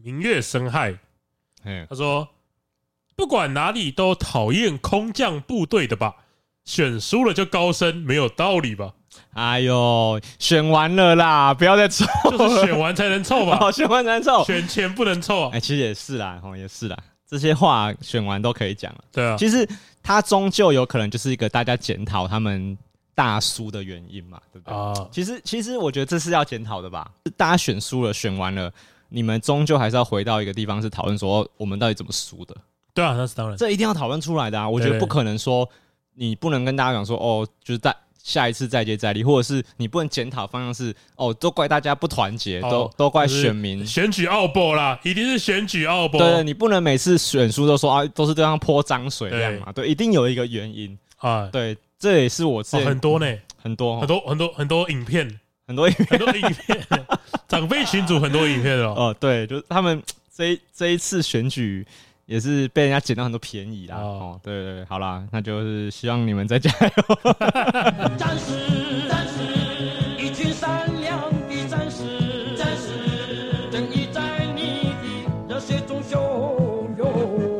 明月生害，他说不管哪里都讨厌空降部队的吧，选输了就高升，没有道理吧？ 哎呦，选完了啦，不要再凑了， 就是选完才能凑吧？ 选完才能凑， 选前不能凑啊。 其实也是啦，也是啦，这些话选完都可以讲了。 对啊， 其实他终究有可能就是一个大家检讨他们大输的原因嘛，对不对？啊，其实我觉得这是要检讨的吧。大家选输了，选完了，你们终究还是要回到一个地方，是讨论说我们到底怎么输的。 对啊，那是当然， 这一定要讨论出来的啊！我觉得不可能说你不能跟大家讲说哦，就是下一次再接再厉，或者是你不能检讨方向是哦，都怪大家不团结，都怪选民选举奥博啦，一定是选举奥博。 对，你不能每次选输都说啊，都是对方泼脏水这样嘛。对，一定有一个原因啊。对，这也是我之前很多呢， 很多影片， 很多影片，长辈群组很多影片哦。 对，就是他们这一次选举。也是被人家捡到很多便宜啦。对对对，好啦，那就是希望你们再加油。战士，战士，一群善良的战士，战士，正义在你的热血中汹涌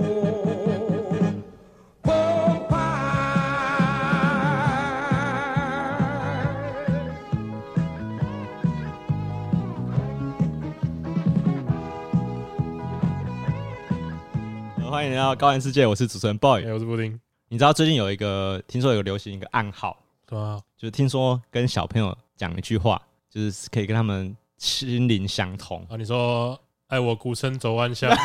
澎湃。欢迎来到高玩世界，我是主持人 Boy， 我是布丁。 你知道最近听说有流行一个暗号， 对啊， 就是听说跟小朋友讲一句话，就是可以跟他们心灵相通啊。你说爱我孤身走暗巷，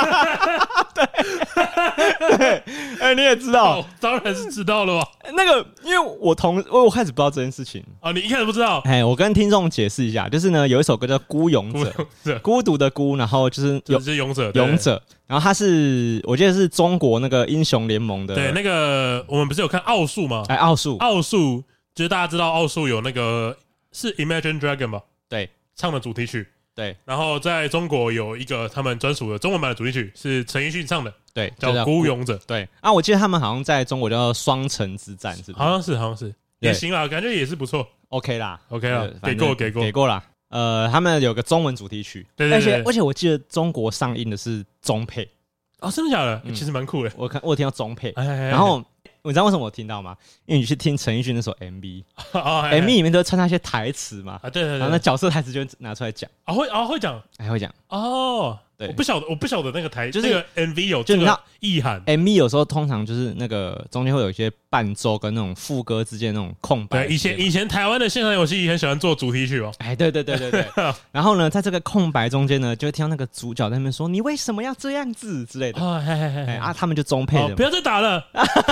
对，你也知道， 当然是知道了吧？ 那个，因为我开始不知道这件事情啊，你一开始不知道？ 我跟听众解释一下，就是呢，有一首歌叫《孤勇者》，孤独的孤，然后就是勇者， 勇者。然后他是，我记得是中国那个英雄联盟的， 对，那个我们不是有看奥数吗？ 奥数就是大家知道奥数有那个是 Imagine Dragon 吧？ 对， 唱的主题曲。 对， 然后在中国有一个他们专属的中文版的主题曲，是陈奕迅唱的， 对， 叫《孤勇者》。 对啊，我记得他们好像在中国叫双城之战，是不是？ 好像是，也行啦，感觉也是不错。 OK 啦，给过啦。他们有个中文主题曲， 对， 而且我记得中国上映的是中配。 哦，真的假的？其实蛮酷的。 我有听到中配，然后你知道为什么我听到吗？因为你去听陈奕迅那首 MV，MV 里面都会穿插一些台词嘛。 对， 然后那角色台词就拿出来讲。 会讲， 会讲。对， 我不晓得那个台， 就是那个 MV 有这个意涵。 MV 有时候通常就是那个中间会有一些伴奏跟那种副歌之间那种空白。 对，以前台湾的线上游戏很喜欢做主题曲哦。 对。然后呢，在这个空白中间呢，就会听到那个主角在那边说：“你为什么要这样子？”之类的。他们就中配的。 不要再打了。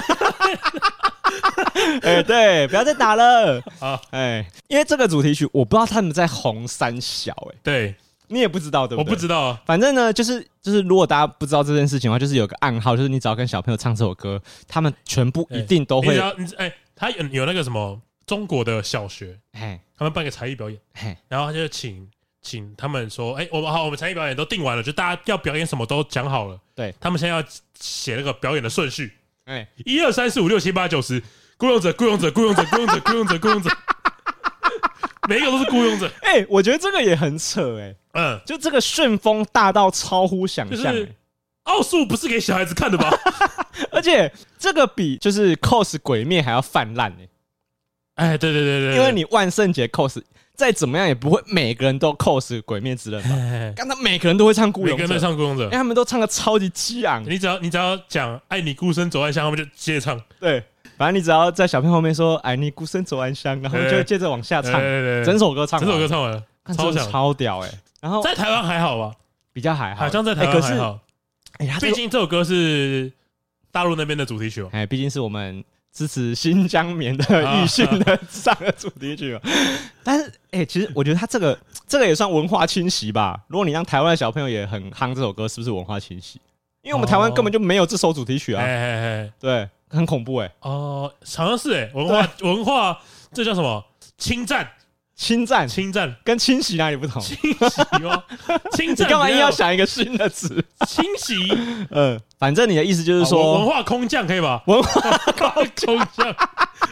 对，不要再打了。因为这个主题曲，我不知道他们在红三小。 对。 你也不知道对不对？ 我不知道啊。 反正呢，就是如果大家不知道这件事情的话，就是有个暗号，就是你只要跟小朋友唱这首歌，他们全部一定都会。 他有那个什么中国的小学，他们办个才艺表演，然后他就请他们说，我们才艺表演都定完了，就大家要表演什么都讲好了。 对， 他们现在要写那个表演的顺序，1、2、3、4、5、6、7、8、9、10，孤勇者，孤勇者，孤勇者，孤勇者，孤勇者，孤勇者。每一个都是孤勇者。 我觉得这个也很扯。就这个旋风大到超乎想象。 奥数不是给小孩子看的吧？ 而且这个比就是 cos 鬼灭还要泛滥。 对， 因为你万圣节 cos 再怎么样也不会每个人都 cos 鬼灭之刃吧？刚才每个人都会唱孤勇者， 每个人都唱孤勇者， 因为他们都唱的超级激昂。 你只要讲爱你孤身走暗巷，他们就接着唱。 对。反正你只要在小朋友后面说“爱你孤身走暗巷”，然后就会接着往下唱，整首歌唱完了， 超屌。然后在台湾还好吧？ 比较还好， 好像在台湾还好。毕竟这首歌是大陆那边的主题曲哦。 毕竟是我们支持新疆棉的艺训的上的主题曲。但是其实我觉得他这个也算文化侵袭吧。如果你让台湾的小朋友也很夯这首歌，是不是文化侵袭？因为我们台湾根本就没有这首主题曲啊。对。很恐怖好像是文化，这叫什么？侵占跟清洗哪里不同？ 清洗吗？侵占， 你干嘛硬要想一个新的词？ 清洗， 反正你的意思就是说， 文化空降可以吧？ 文化空降，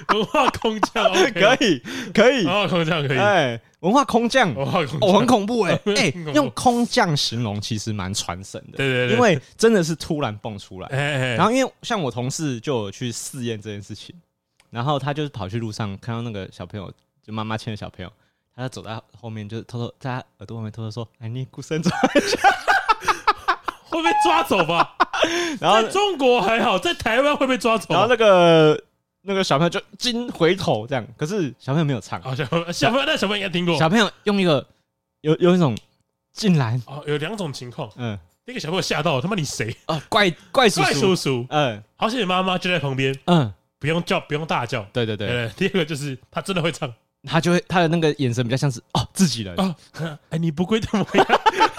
文化空降可以， 文化空降可以， 哎，文化空降，很恐怖哎，用空降形容其实蛮传神的， 对， 因为真的是突然蹦出来，然后因为像我同事就有去试验这件事情，然后他就是跑去路上看到那个小朋友，就妈妈牵的小朋友，他就走在后面，就偷偷在他耳朵后面偷偷说：“哎，你孤身走一下。” 会被抓走吧？然后在中国还好，在台湾会被抓走。 然后那个小朋友就惊回头这样，可是小朋友没有唱。 小朋友应该听过。 小朋友用一个有一种竟然有两种情况。第一个小朋友吓到，他妈你谁啊？怪叔叔。 好险妈妈就在旁边。不用叫，不用大叫。对。第二个就是他真的会唱， 他的那个眼神比较像是自己人。 哎，你不归怎么样？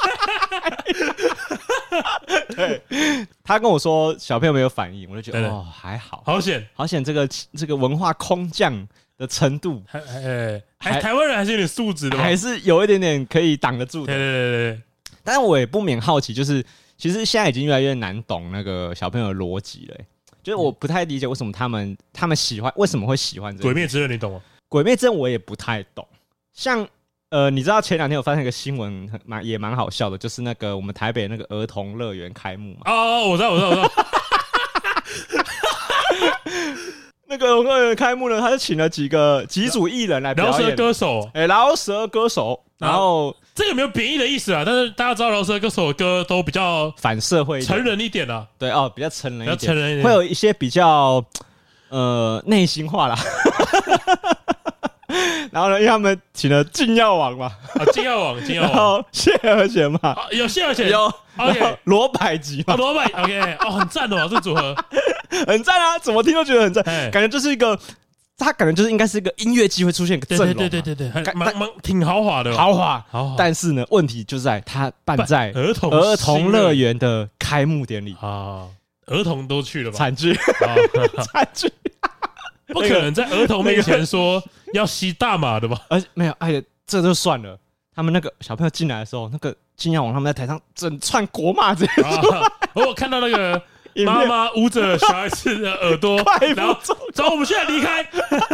对，他跟我说小朋友没有反应，我就觉得还好， 好险， 这个文化空降的程度， 还台湾人还是有点素质的， 还是有一点点可以挡得住的。 对。 但是我也不免好奇，就是其实现在已经越来越难懂那个小朋友的逻辑了，就是我不太理解为什么他们喜欢，为什么会喜欢这个鬼灭之刃，你懂吗？ 鬼灭之刃我也不太懂，像。你知道前2天有发生一个新闻，也蛮好笑的，就是那个我们台北那个儿童乐园开幕嘛。 我知道。 那个儿童乐园开幕呢，他就请了几组艺人来表演， 饶舌歌手， 饶舌歌手。然后这个没有贬义的意思啊，但是大家知道饶舌歌手的歌都比较反社会、 成人一点啊。 对比较成人一点，会有一些比较内心化啦。然后呢，因为他们请了禁药王嘛， 禁药王， 然后谢和弦嘛， 有谢和弦， 有 OK， 罗百吉嘛， 罗百 OK， 很赞哦，这组合很赞啊，怎么听都觉得很赞，感觉就是一个，他感觉就是应该是一个音乐季会出现一个阵容， 对，挺豪华的， 豪华。但是呢，问题就在他办在儿童乐园的开幕典礼啊，儿童都去了吧？ 惨剧。 不可能在儿童面前说要吸大麻的吧？ 没有，这就算了。他们那个小朋友进来的时候，那个金耀王他们在台上整串国骂这些。 我看到那个妈妈捂着小孩子的耳朵，然后走，我们现在离开。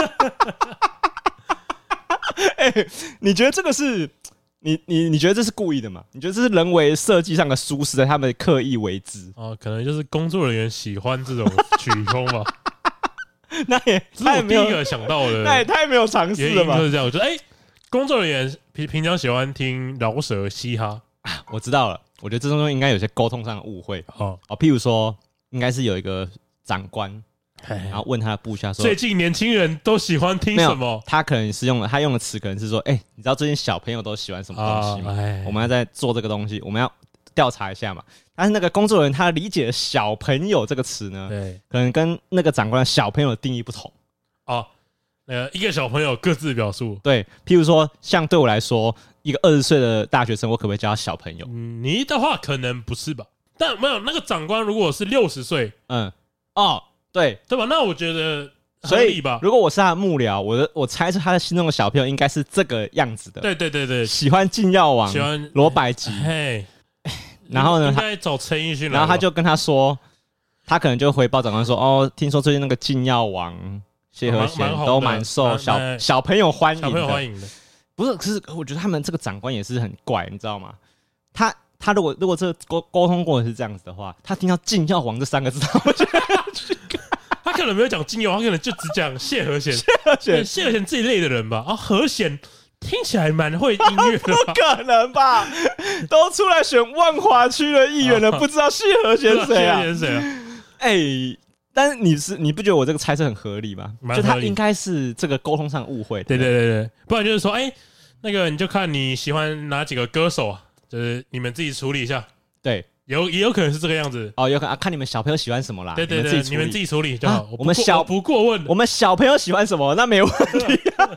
你觉得这个是你觉得这是故意的吗？你觉得这是人为设计上的疏失，他们刻意为之？ 可能就是工作人员喜欢这种曲风吧。 那也太没有第一个想到的， 那也太没有尝试了吧？ 就是这样，我觉得工作人员平常喜欢听饶舌嘻哈我知道了。我觉得这中应该有些沟通上的误会譬如说，应该是有一个长官，然后问他的部下说：“ 最近年轻人都喜欢听什么？” 他可能是用的词可能是说：“你知道最近小朋友都喜欢什么东西吗？我们要在做这个东西，我们要调查一下嘛。”但是那个工作人员他理解的小朋友这个词呢，可能跟那个长官的小朋友的定义不同一个小朋友各自表述。 对，譬如说，像对我来说，一个20岁的大学生，我可不可以叫他小朋友？ 你的话可能不是吧？但没有那个长官如果是60岁， 对吧？那我觉得合理吧。 如果我是他的幕僚，我猜测他的心中的小朋友应该是这个样子的。 对， 喜欢禁药王，喜欢罗百吉。然后呢， 应该找陈奕迅来。 然后他就跟他说，他可能就回报长官说：“听说最近那个禁药王谢和弦都蛮受小朋友欢迎的。”不是，可是我觉得他们这个长官也是很怪，你知道吗？他如果这个沟通过程是这样子的话，他听到禁药王这3个字， 他可能没有讲禁药，他可能就只讲谢和弦。谢和弦这一类的人吧。和弦听起来蛮会音乐的， 不可能吧？都出来选万华区的议员了，不知道谢和弦谁啊？但是你不觉得我这个猜测很合理吗？就他应该是这个沟通上误会。 对，不然就是说，那个你就看你喜欢哪几个歌手啊，就是你们自己处理一下。对，也有可能是这个样子。 有可能看你们小朋友喜欢什么啦。 对，你们自己处理就好。 我们不过问， 我们小朋友喜欢什么，那没问题。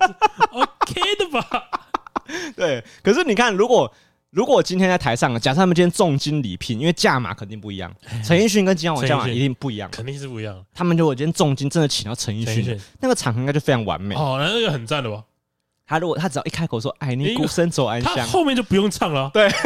OK 的吧？ 对，可是你看，如果今天在台上，假设他们今天重金礼聘，因为价码肯定不一样，陈奕迅跟金耀王价码一定不一样， 肯定是不一样。 他们如果今天重金真的请到陈奕迅，那个场合应该就非常完美。 那个很赞的吧？ 他只要一开口说：“你孤身走暗巷”， 他后面就不用唱了。 对，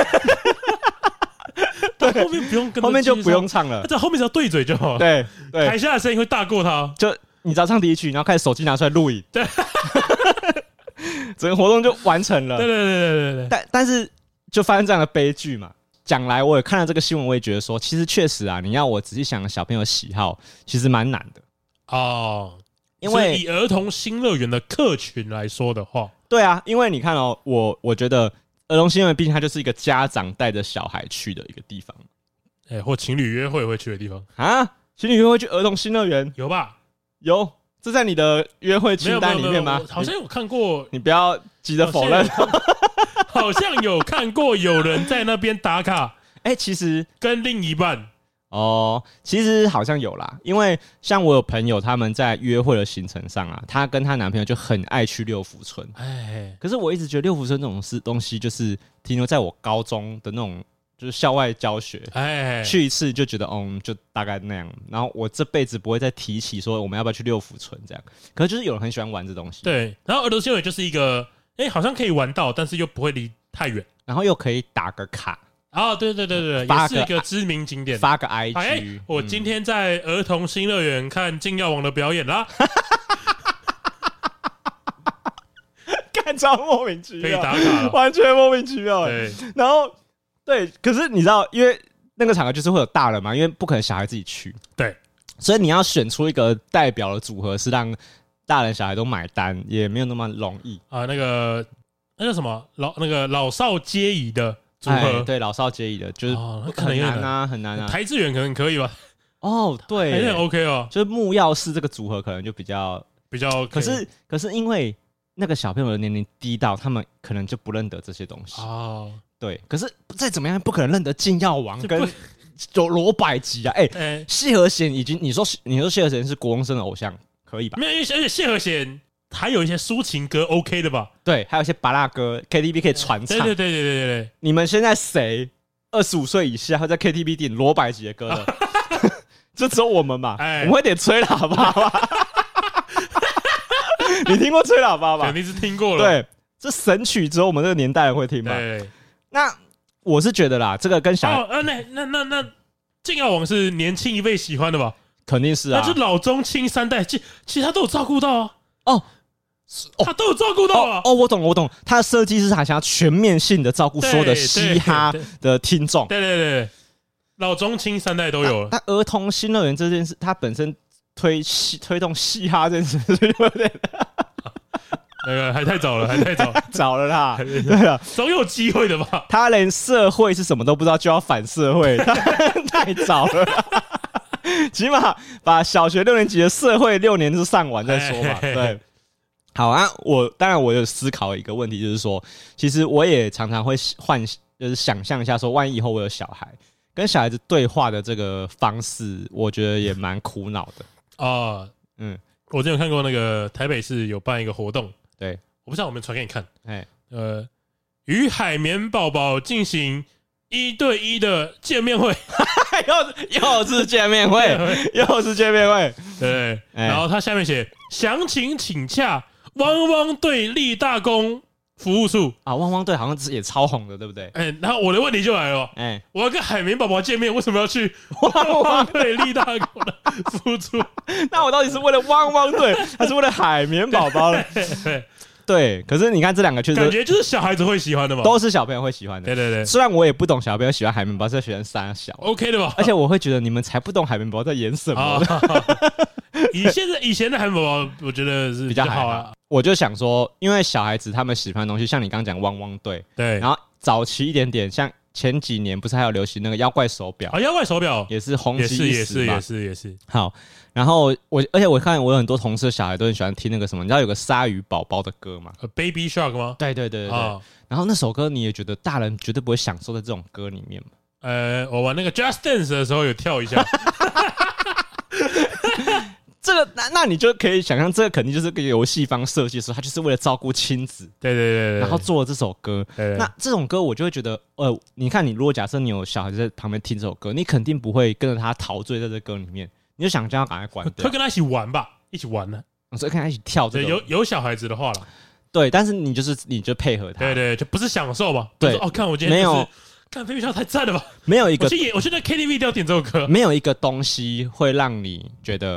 后面不用跟， 后面就不用唱了， 在后面只要对嘴就好了。 对， 台下的声音会大过他。 你只要唱第一句，然后开始手机拿出来录影， 对， 整个活动就完成了。 对。 但是就发生这样的悲剧嘛。讲来，我也看了这个新闻，我也觉得说，其实确实啊，你要我仔细想小朋友喜好，其实蛮难的哦。 因为以儿童新乐园的客群来说的话， 对啊，因为你看哦，我觉得儿童新乐园毕竟它就是一个家长带着小孩去的一个地方， 或情侣约会会去的地方啊。情侣约会去儿童新乐园有吧？ 有，这在你的约会清单里面吗？ 好像有看过， 你不要急着否认。 好像有看过有人在那边打卡， 其实跟另一半其实好像有啦，因为像我有朋友他们在约会的行程上啊，她跟她男朋友就很爱去六福村。可是我一直觉得六福村这种东西就是停留在我高中的那种就是校外教学，去一次就觉得就大概那样，然后我这辈子不会再提起说我们要不要去六福村这样。可是就是有人很喜欢玩这东西， 对，然后儿童新乐园就是一个好像可以玩到，但是又不会离太远， 然后又可以打个卡。 对，也是一个知名景点， 发个 IG。 我今天在儿童新乐园看金耀王的表演啦， 干超莫名其妙， 可以打卡了， 完全莫名其妙。 对， 然后对，可是你知道，因为那个场合就是会有大人嘛，因为不可能小孩自己去， 对， 所以你要选出一个代表的组合，是让大人小孩都买单，也没有那么容易啊。那个什么老少皆宜的组合， 对，老少皆宜的，就是很难啊，很难啊。 台志远可能可以吧？ 对， 还是很 OK 哦。 就是木曜式这个组合可能就比较，可是因为那个小朋友的年龄低到，他们可能就不认得这些东西对，可是再怎么样不可能认得金耀王跟罗百吉啊。谢和弦已经你说谢和弦是国中生的偶像，可以吧？ 没有，而且谢和弦还有一些抒情歌 OK 的吧？ 对，还有一些芭乐歌 KTV 可以传唱。 对。 你们现在谁25岁以下会在 KTV 点罗百吉的歌的？就只有我们嘛。我们会点吹喇叭吧？你听过吹喇叭吧？ 肯定是听过了。 对，这神曲只有我们这个年代人会听吧？ 对。 那我是觉得啦，这个跟小那金耀王是年轻一辈喜欢的吧？ 肯定是啊， 那就老中青三代，其实他都有照顾到啊。他都有照顾到啊。 我懂，他的设计师还想要全面性的照顾所有的嘻哈的听众。 对，老中青三代都有了。 他儿童新乐园这件事，他本身推动嘻哈这件事，对不对？ 那个还太早了， 早了啦。对啊， 总有机会的吧？ 他连社会是什么都不知道，就要反社会，太早了。起码把小学6年级的社会6年就上完再说吧。对，好啊。当然我有思考一个问题，就是说，其实我也常常会就是想象一下，说万一以后我有小孩，跟小孩子对话的这个方式，我觉得也蛮苦恼的我之前有看过那个台北市有办一个活动。 对， 我不知道我们传给你看。与海绵宝宝进行1对1的见面会， 又是见面会，又是见面会。 对，然后他下面写详情请洽汪汪队立大功服务处啊。汪汪队好像也超红的，对不对？ 然后我的问题就来了，我要跟海绵宝宝见面，为什么要去汪汪队立大功的服务处？ 那我到底是为了汪汪队，还是为了海绵宝宝呢？对，可是你看这两个确实感觉就是小孩子会喜欢的嘛， 都是小朋友会喜欢的。 对， 虽然我也不懂小朋友喜欢海绵宝宝，是喜欢三小 OK 的吧？ 而且我会觉得你们才不懂海绵宝宝在演什么。 以前的海绵宝宝，我觉得是比较好啊。 我就想说，因为小孩子他们喜欢的东西，像你刚刚讲汪汪队， 对， 然后早期一点点，像前几年不是还有流行那个妖怪手表妖怪手表也是红极一时嘛， 也是。 好，然后而且我看我有很多同事的小孩都很喜欢听那个什么，你知道有个鲨鱼宝宝的歌吗 ？Baby Shark 吗？ 对。然后那首歌你也觉得大人绝对不会享受在这种歌里面嘛？ 我玩那个 Just Dance 的时候有跳一下。 这个那你就可以想象，这个肯定就是个游戏方设计的时候，他就是为了照顾亲子， 对， 然后做了这首歌。那这种歌我就会觉得，你看你如果假设你有小孩子在旁边听这首歌，你肯定不会跟着他陶醉在这歌里面，你就想叫他赶快关掉， 会跟他一起玩吧，一起玩呢， 所以跟他一起跳这个。 有小孩子的话啦， 对，但是你就配合他， 对，就不是享受嘛。 对， 看我今天没有。 看Baby Shark太赞了吧！ 没有一个， 我去那 KTV 都要点这首歌。 没有一个东西会让你觉得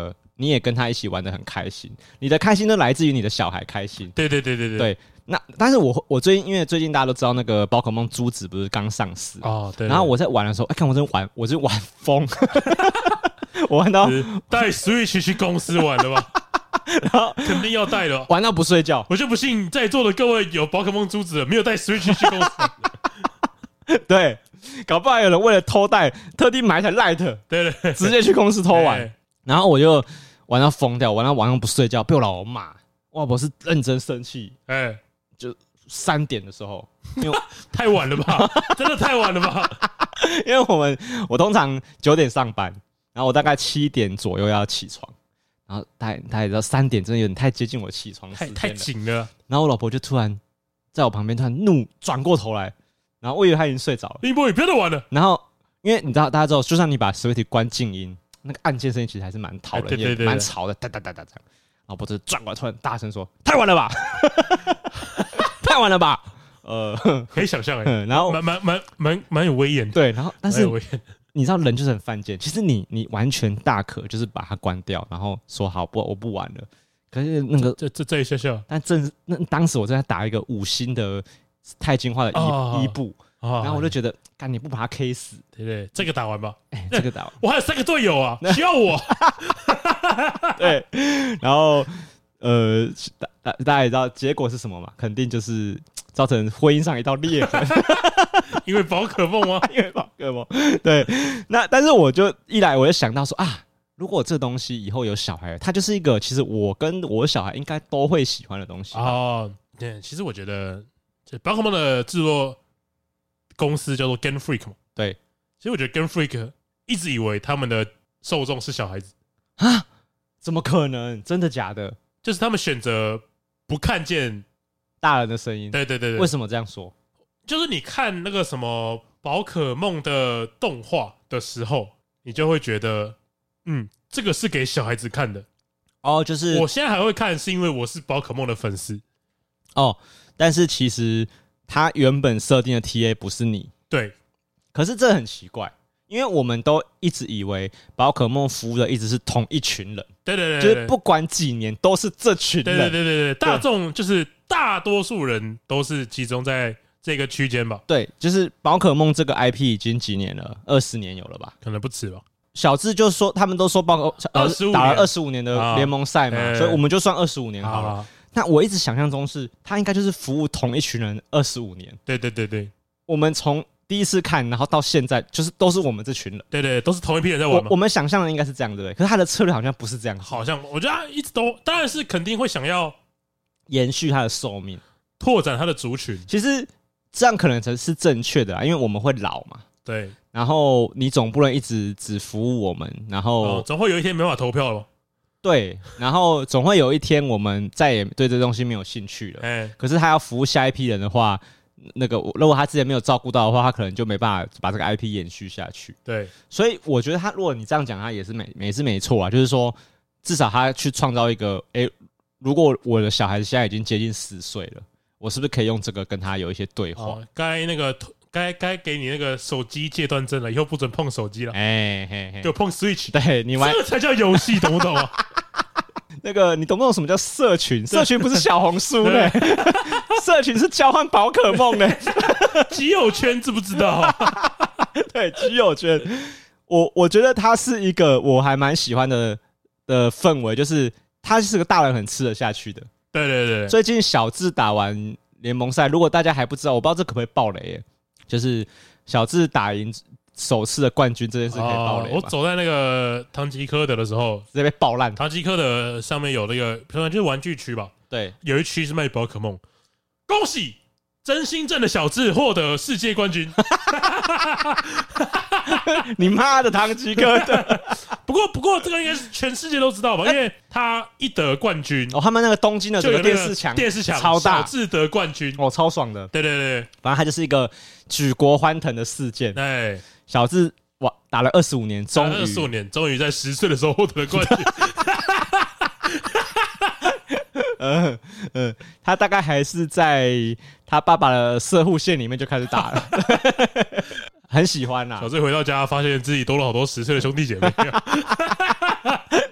你也跟他一起玩得很开心，你的开心都来自于你的小孩开心。 对。 那但是我最近因为最近大家都知道那个宝可梦珠子不是刚上市哦，对。然后我在玩的时候，看我真玩疯，我玩到带 Switch 去公司玩的吧。然后肯定要带的， 玩到不睡觉。 我就不信在座的各位有宝可梦珠子的，没有带 Switch 去公司。 对，搞不好有人为了偷带，特地买一台 Lite， 对，直接去公司偷玩。然后我就玩到疯掉，玩到晚上不睡觉，被我老婆骂。哇，我是认真生气。就3点的时候，因为太晚了吧，真的太晚了吧？ 因为我通常9点上班，然后我大概7点左右要起床。然后大家也知道3点真的有点太接近我起床时间了， 太紧了。 然后我老婆就突然在我旁边突然怒转过头来，然后我以为她已经睡着了。 林波，你不要再玩了。 然后因为你知道大家知道，就算你把 Switch 关静音，那个按键声音其实还是蛮讨人厌的，蛮吵的，哒哒哒哒这样。老婆就转过来突然大声说：“太晚了吧，太晚了吧。” 可以想象然后蛮有威严的。 对，然后但是你知道人就是很犯贱，其实你完全大可就是把它关掉，然后说好我不玩了。可是那个这一下， 但当时我正在打一个5星的钛金化的伊布，然后我就觉得，干你不把他 K 死， 对，这个打完吧， 这个打完， 我还有3个队友啊，需要我。 对，然后大家也知道结果是什么嘛？肯定就是造成婚姻上一道裂痕。 因为宝可梦吗？ 因为宝可梦。对，那但是我就想到说啊，如果这东西以后有小孩，它就是一个其实我跟我小孩应该都会喜欢的东西哦。对，其实我觉得宝可梦的制作公司叫做 Game Freak 嘛。 对， 其实我觉得 Game Freak 一直以为他们的受众是小孩子啊？怎么可能？真的假的？ 就是他们选择不看见大人的声音。 对， 为什么这样说？ 就是你看那个什么宝可梦的动画的时候，你就会觉得，这个是给小孩子看的。哦，就是我现在还会看，是因为我是宝可梦的粉丝。 哦，但是其实他原本设定的 TA 不是你。 对， 可是这很奇怪，因为我们都一直以为宝可梦服务的一直是同一群人。 对， 就是不管几年都是这群人。 对，大众就是大多数人都是集中在这个区间吧。 对，就是宝可梦这个 IP 已经几年了，20年有了吧？ 可能不止吧。 小智就说，他们都说宝可梦打了25年的联盟赛嘛，所以我们就算25年好了。那我一直想象中是，他应该就是服务同一群人25年。 对， 我们从第一次看，然后到现在，就是都是我们这群人。 对，都是同一批人在玩嘛。 我们想象的应该是这样，对不对？可是他的策略好像不是这样。 好像我觉得他一直都，当然是肯定会想要延续他的寿命， 拓展他的族群。 其实这样可能才是正确的啦，因为我们会老嘛。 对。 然后你总不能一直只服务我们，然后总会有一天没办法投票了。 对，然后总会有一天我们再也对这东西没有兴趣了。可是他要服务下一批人的话，那个如果他之前没有照顾到的话，他可能就没办法把这个 IP 延续下去。 对， 所以我觉得他如果你这样讲，他也是没错啊，就是说至少他去创造一个，如果我的小孩子现在已经接近10岁了，我是不是可以用这个跟他有一些对话？ 该给你那个手机戒断症了，以后不准碰手机了。就碰 Switch。 对，你玩这个才叫游戏，懂不懂啊？ 那个你懂不懂什么叫社群？社群不是小红书呢，社群是交换宝可梦呢。 基友圈知不知道？ 对，基友圈，我觉得它是一个我还蛮喜欢的氛围，就是它是个大人很吃得下去的。 对， 最近小智打完联盟赛，如果大家还不知道，我不知道这可不可以爆雷耶，就是小智打赢首次的冠军这件事可以爆雷吗？ 我走在那个唐吉诃德的时候， 直接被爆烂。 唐吉诃德上面有那个，可能就是玩具区吧。 对， 有一区是卖宝可梦。恭喜真心镇的小智获得世界冠军。 你妈的唐吉诃德！ 不过这个应该是全世界都知道吧？因为他一得冠军， 他们那个东京的这个电视墙超大， 小智得冠军， 超爽的。 对， 反正它就是一个举国欢腾的事件。 对， 小智打了25年，终于在10岁的时候获得了冠军。 他大概还是在他爸爸的射护线里面就开始打了。很喜欢啦。 小智回到家，发现自己多了好多10岁的兄弟姐妹。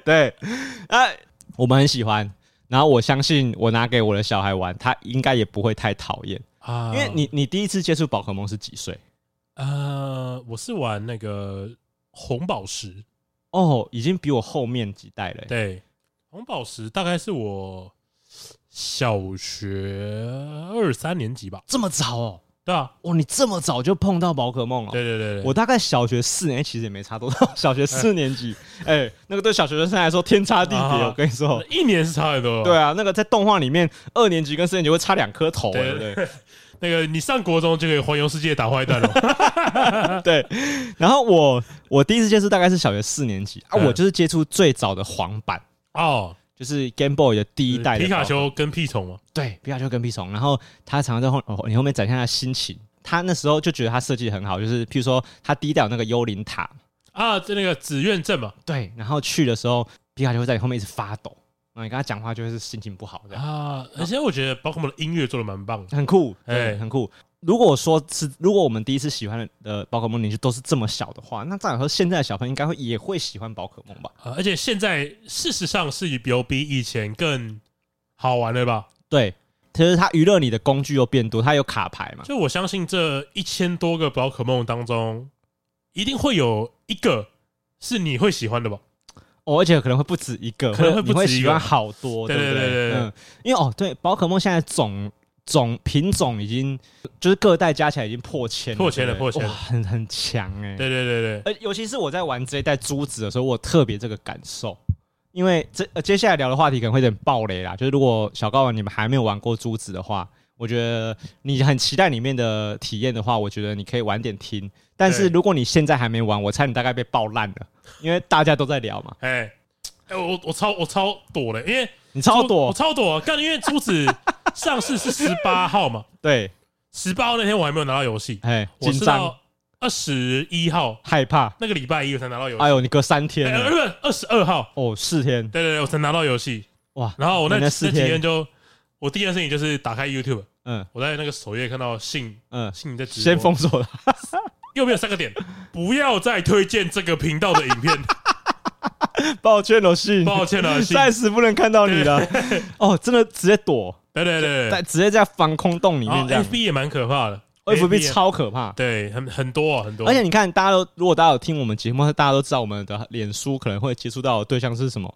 对，我们很喜欢。然后我相信我拿给我的小孩玩，他应该也不会太讨厌啊。因为你第一次接触宝可梦是几岁？ 我是玩那个红宝石哦，已经比我后面几代了。 对，红宝石大概是我小学2、3年级吧， 这么早哦？ 对啊， 你这么早就碰到宝可梦了？ 对， 我大概小学4年，其实也没差多少。小学4年级，那个对小学生来说天差地别。我跟你说 ，1年是差很多。 对啊，那个在动画里面，2年级跟4年级会差2颗头，对不对？ 那个你上国中就可以环游世界打坏蛋了。 对，然后我第一次接触大概是小学4年级啊，我就是接触最早的黄版哦。就是 Game Boy 的第一代的皮卡丘跟屁虫嘛， 对，皮卡丘跟屁虫，然后他常常在你后面展现他的心情。他那时候就觉得他设计得很好，就是譬如说他第一代有那个幽灵塔啊，这那个紫苑镇嘛， 对，然后去的时候皮卡丘会在你后面一直发抖，然后你跟他讲话就会是心情不好这样啊。而且我觉得宝可梦的音乐做得蛮棒的， 很酷，对，很酷。如果我们第一次喜欢的宝可梦年纪都是这么小的话，那照理说现在的小朋友应该也会喜欢宝可梦吧？ 而且现在事实上是有比以前更好玩了吧？ 对，其实它娱乐你的工具又变多，它有卡牌嘛。 就我相信这1000多个宝可梦当中，一定会有一个是你会喜欢的吧？ 而且可能会不止一个， 可能会你会喜欢好多， 对不对？ 因为对，宝可梦现在品种已经就是各代加起来已经破千了，哇，很强哎！ 对， 尤其是我在玩这一代珠子的时候，我特别这个感受。因为接下来聊的话题可能会有点爆雷啦，就是如果小高玩你们还没有玩过珠子的话，我觉得你很期待里面的体验的话，我觉得你可以晚点听。但是如果你现在还没玩，我猜你大概被爆烂了，因为大家都在聊嘛。 我超躲了，因为你超躲， 我超躲，因为珠子上市是18号嘛， 对 ，18号那天我还没有拿到游戏， 紧张。 21号害怕， 那个礼拜一我才拿到游戏。 哎呦，你隔3天 ，22号哦，4天， 对，我才拿到游戏。哇，然后我那几天我第一件事情就是打开 YouTube，我在那个首页看到信在直播， 先封锁了， 右边有3个点，不要再推荐这个频道的影片。 抱歉了，信，暂时不能看到你了。哦，真的直接躲， 对， 直接在防空洞里面这样。 FB 也蛮可怕的 ，FB 超可怕， 对，很多。 而且你看，如果大家有听我们节目，大家都知道我们的脸书可能会接触到的对象是什么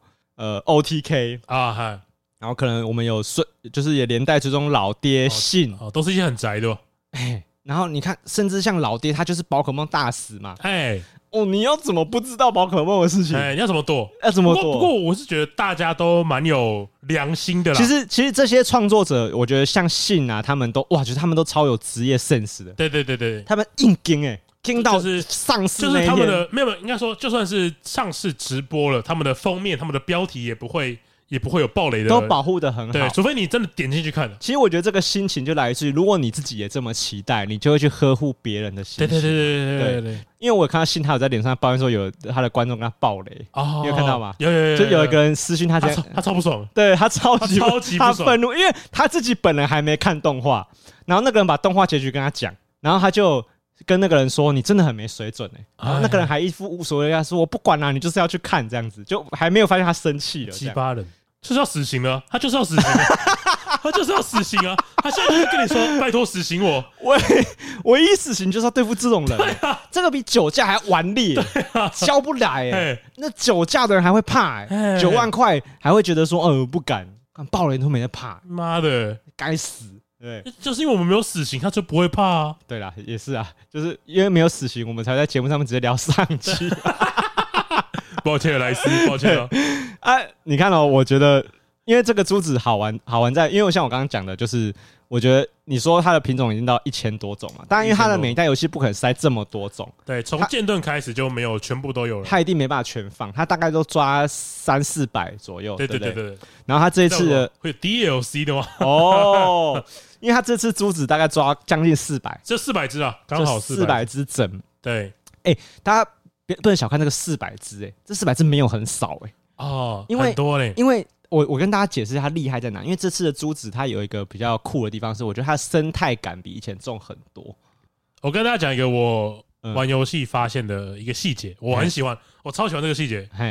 ？OTK 啊，然后可能我们有就是也连带追踪老爹信， 都是一些很宅的。 然后你看，甚至像老爹，他就是宝可梦大使嘛。你要怎么不知道宝可梦的事情？ 你要怎么躲？不过我是觉得大家都蛮有良心的啦。 其实这些创作者，我觉得像信啊，他们都就是他们都超有职业 sense 的。 对， 他们硬盯听到就是上市就是他们的没有，应该说就算是上市直播了，他们的封面、他们的标题也不会有爆雷的， 都保护得很好。 对，除非你真的点进去看。 其实我觉得这个心情就来自于，如果你自己也这么期待，你就会去呵护别人的心情。 对。 因为我有看到信，他有在脸上抱怨说有他的观众跟他爆雷，你有看到吗？ 有， 就有一个人私讯他超不爽， 对他超级不爽，愤怒，因为他自己本人还没看动画，然后那个人把动画结局跟他讲，然后他就跟那个人说：“你真的很没水准然后那个人还一副无所谓，他说：“我不管啦，你就是要去看这样子。”就还没有发现他生气了。 鸡巴人就是要死刑了，他就是要死刑了，他就是要死刑啊！他现在就跟你说：“拜托死刑我！” 唯一死刑就是要对付这种人。这个比酒驾还顽劣，交不来那酒驾的人还会怕9万块还会觉得说：“不敢。”爆雷都没在怕， 妈的， 该死！对， 就是因为我们没有死刑，他就不会怕啊。 对啦，也是啊，就是因为没有死刑，我们才在节目上面直接聊上期。 抱歉，莱斯，抱歉你看我觉得，因为这个珠子好玩在，因为像我刚刚讲的，就是我觉得你说它的品种已经到1000多种了，当然因为它的每一代游戏不可能塞这么多种， 对，从剑盾开始就没有全部都有了， 它一定没办法全放，它大概都抓300-400左右， 对。 然后它这一次的会有 DLC 的吗？ 因为它这次珠子大概抓将近400， 就400只啊，刚好 400只整， 对， 大家不能小看这个400只，这400只没有很少因为很多嘞， 因为我跟大家解释它厉害在哪，因为这次的珠子它有一个比较酷的地方是，我觉得它的生态感比以前重很多。 我跟大家讲一个我玩游戏发现的一个细节，我很喜欢，我超喜欢这个细节。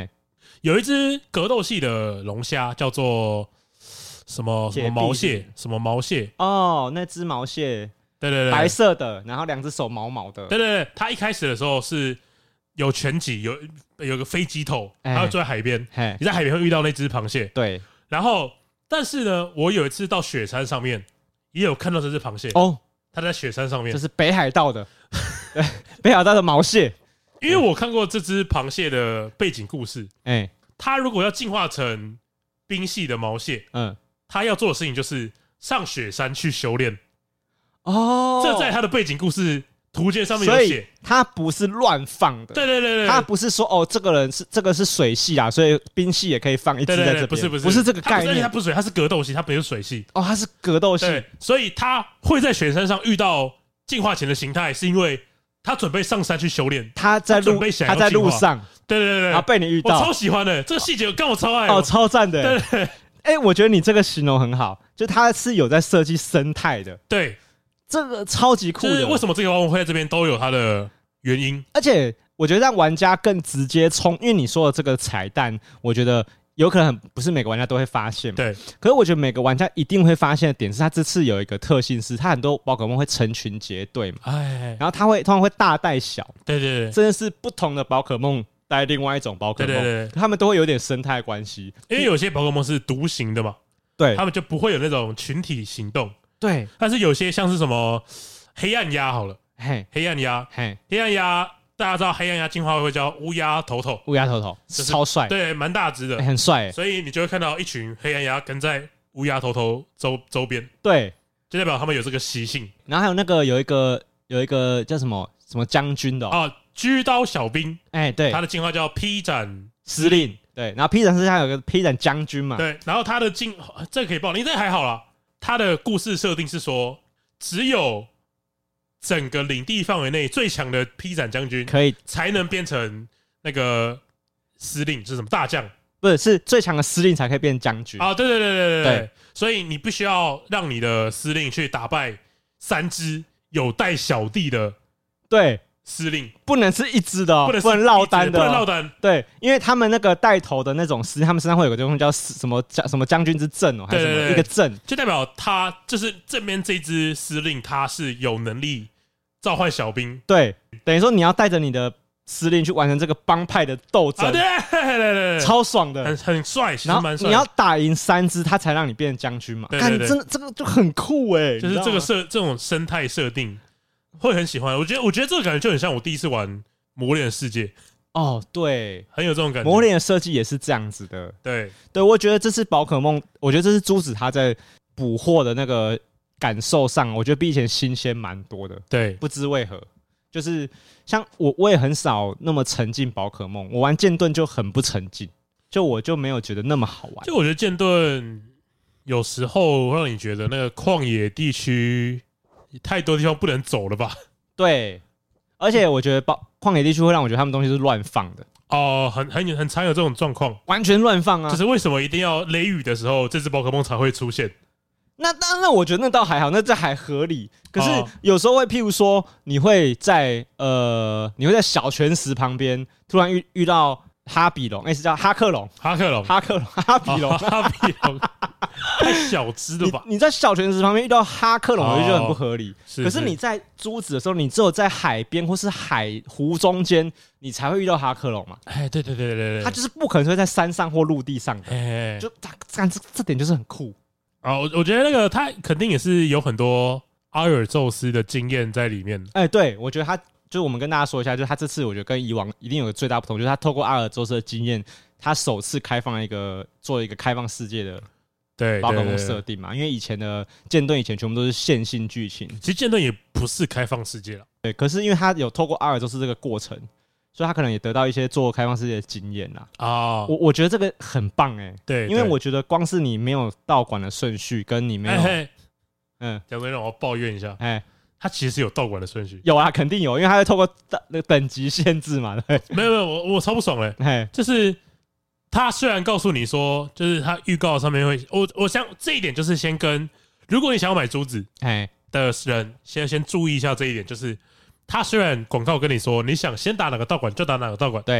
有一只格斗系的龙虾叫做什么毛蟹，什么毛蟹哦，那只毛蟹， 对， 白色的，然后2只手毛毛的， 对，它一开始的时候是有拳击，有个飞机头，它会坐在海边，你在海边会遇到那只螃蟹， 对， 然后但是呢，我有一次到雪山上面也有看到这只螃蟹哦， 它在雪山上面， 这是北海道的，北海道的毛蟹。 因为我看过这只螃蟹的背景故事，它如果要进化成冰系的毛蟹，它要做的事情就是上雪山去修炼。哦，这在它的背景故事图鉴上面有写， 它不是乱放的。 对， 它不是说哦，这个是水系啊，所以冰系也可以放一只在这边。不是这个概念， 它不是水，它是格斗系，它不是水系。 哦，它是格斗系， 所以它会在雪山上遇到进化前的形态，是因为他准备上山去修炼，他在路上， 对， 然后被你遇到， 我超喜欢的这个细节，跟我超爱哦，超赞的，对，我觉得你这个形容很好，就他是有在设计生态的， 对， 这个超级酷的。 为什么这个玩偶会在这边都有它的原因？ 而且我觉得让玩家更直接冲，因为你说的这个彩蛋，我觉得有可能不是每个玩家都会发现嘛， 对。 可是我觉得每个玩家一定会发现的点是，他这次有一个特性是，他很多宝可梦会成群结队嘛，然后他会通常会大带小， 对， 真的是不同的宝可梦带另外一种宝可梦，对，他们都会有点生态关系， 因为有些宝可梦是独行的嘛， 对， 他们就不会有那种群体行动， 对。 但是有些像是什么黑暗鸦好了，黑暗鸦。大家知道黑暗鸦进化会叫乌鸦头头， 超帅， 对，蛮大只的， 很帅， 所以你就会看到一群黑暗鸦跟在乌鸦头头周边， 对， 就代表他们有这个习性。 然后还有那个有一个叫什么将军的居刀小兵， 对， 他的进化叫披斩司令，对，然后披斩司令有个披斩将军嘛， 对，然后他的这个可以报，你这还好啦，他的故事设定是说只有整个领地范围内最强的披斩将军可以才能变成那个司令，是什么大将？ 不是最强的司令才可以变将军啊！对，所以你必须要让你的司令去打败3只有带小弟的司令， 不能是一只的，不能落单的， 不能落单。 对，因为他们那个带头的那种司令，他们身上会有个东西叫什么将军之阵还是什么一个阵， 就代表他就是这边这只司令，他是有能力召唤小兵， 对，等于说你要带着你的司令去完成这个帮派的斗争， 对， 超爽的， 很帅，其实蛮帅。 你要打赢3只，他才让你变成将军嘛。看，真的这个就很酷就是这种生态设定会很喜欢。我觉得这个感觉就很像我第一次玩魔猎的世界。 哦，对， 很有这种感觉。 魔猎的设计也是这样子的。 对， 我觉得这是宝可梦，我觉得这是珠子他在捕获的那个感受上，我觉得比以前新鲜蛮多的。 对， 不知为何，就是像我也很少那么沉浸宝可梦，我玩剑盾就很不沉浸，我就没有觉得那么好玩。 就我觉得剑盾有时候让你觉得那个旷野地区太多地方不能走了吧？ 对，而且我觉得旷野地区会让我觉得他们东西是乱放的。 哦，很常有这种状况， 完全乱放啊！ 就是为什么一定要雷雨的时候，这只宝可梦才会出现？ 那我觉得那倒还好，那这还合理。可是有时候会，譬如说，你会在小泉石旁边突然遇到哈比龙，是叫哈克龙，哈比龙， 太小只了吧？ 你在小泉石旁边遇到哈克龙，我就觉得很不合理。可是你在珠子的时候，你只有在海边或是海湖中间，你才会遇到哈克龙嘛？ 对， 它就是不可能会在山上或陆地上的，就这点就是很酷。 我觉得那个他肯定也是有很多阿尔宙斯的经验在里面。 对，我觉得他就是我们跟大家说一下，就是他这次我觉得跟以往一定有个最大不同，就是他透过阿尔宙斯的经验，他首次做一个开放世界的宝可梦设定嘛。因为以前的剑盾全部都是线性剧情， 其实剑盾也不是开放世界了。 对，可是因为他有透过阿尔宙斯这个过程，所以他可能也得到一些做开放世界的经验啦。我觉得这个很棒对， 因为我觉得光是你没有道馆的顺序，跟你没有， 讲真让我抱怨一下，他其实有道馆的顺序， 有啊，肯定有，因为他会透过那个等级限制嘛。对， 没有，我超不爽就是他虽然告诉你说，就是他预告上面会，我想这一点就是先跟，如果你想要买珠子的人，先注意一下这一点，就是他虽然广告跟你说，你想先打哪个道馆就打哪个道馆， 对，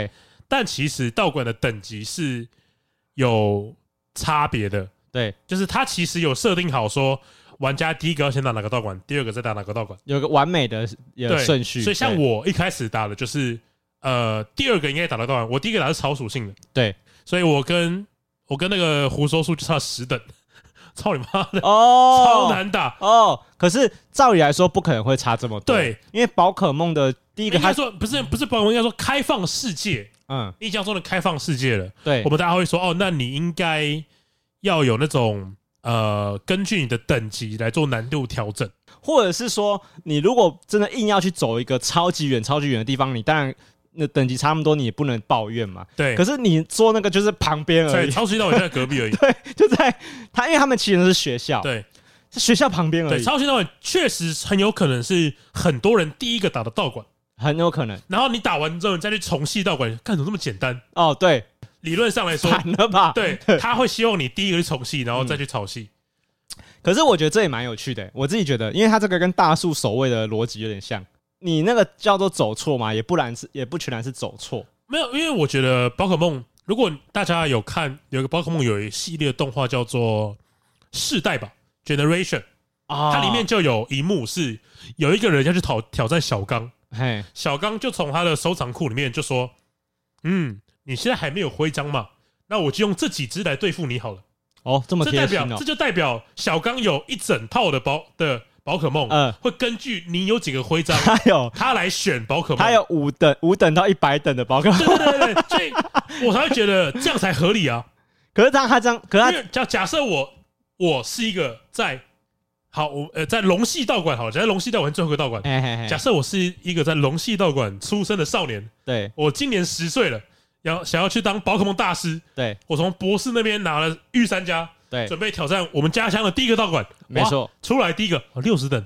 但其实道馆的等级是有差别的。 对， 就是它其实有设定好说，玩家第一个要先打哪个道馆，第二个再打哪个道馆， 有个完美的顺序。 所以像我一开始打的就是第二个应该打得到，我第一个打的是超属性的， 对， 所以我跟那个胡说树就差10等，操你妈的哦，超难打哦。可是照理来说不可能会差这么多， 对， 因为宝可梦的第一个， 应该说不是宝可梦，应该说开放世界，你讲说的开放世界了， 对， 我们大家会说哦，那你应该要有那种根据你的等级来做难度调整， 或者是说你如果真的硬要去走一个超级远的地方，你当然那等级差那么多，你也不能抱怨嘛。 对。 可是你说那个就是旁边而已， 超级道馆就在隔壁而已。 对，就在他，因为他们其实是学校， 对， 是学校旁边而已。 对，超级道馆确实很有可能是很多人第一个打的道馆， 很有可能。 然后你打完之后，你再去重系道馆，看怎么这么简单？ 哦，对， 理论上来说， 惨了吧？ 对，他会希望你第一个去重系，然后再去草系。 可是我觉得这也蛮有趣的，我自己觉得，因为他这个跟大树守卫的逻辑有点像。你那个叫做走错嘛，也不全然是走错。 没有，因为我觉得宝可梦，如果大家有看，有一个宝可梦有一系列的动画叫做世代吧 ，Generation， 它里面就有一幕是有一个人要去挑战小刚，小刚就从他的收藏库里面就说：“你现在还没有徽章嘛？那我就用这几只来对付你好了。” 哦，这么贴心哦！ 这就代表小刚有一整套的宝可梦，会根据你有几个徽章，他来选宝可梦。 他有5等到100等的宝可梦， 对，所以我才会觉得这样才合理啊。 可是他这样， 假设我是一个在龙系道馆好了，在龙系道馆最后一个道馆，假设我是一个在龙系道馆出生的少年， 对， 我今年10岁了，想要去当宝可梦大师， 对，我从博士那边拿了御三家。对，准备挑战我们家乡的第一个道馆， 没错， 出来第一个60等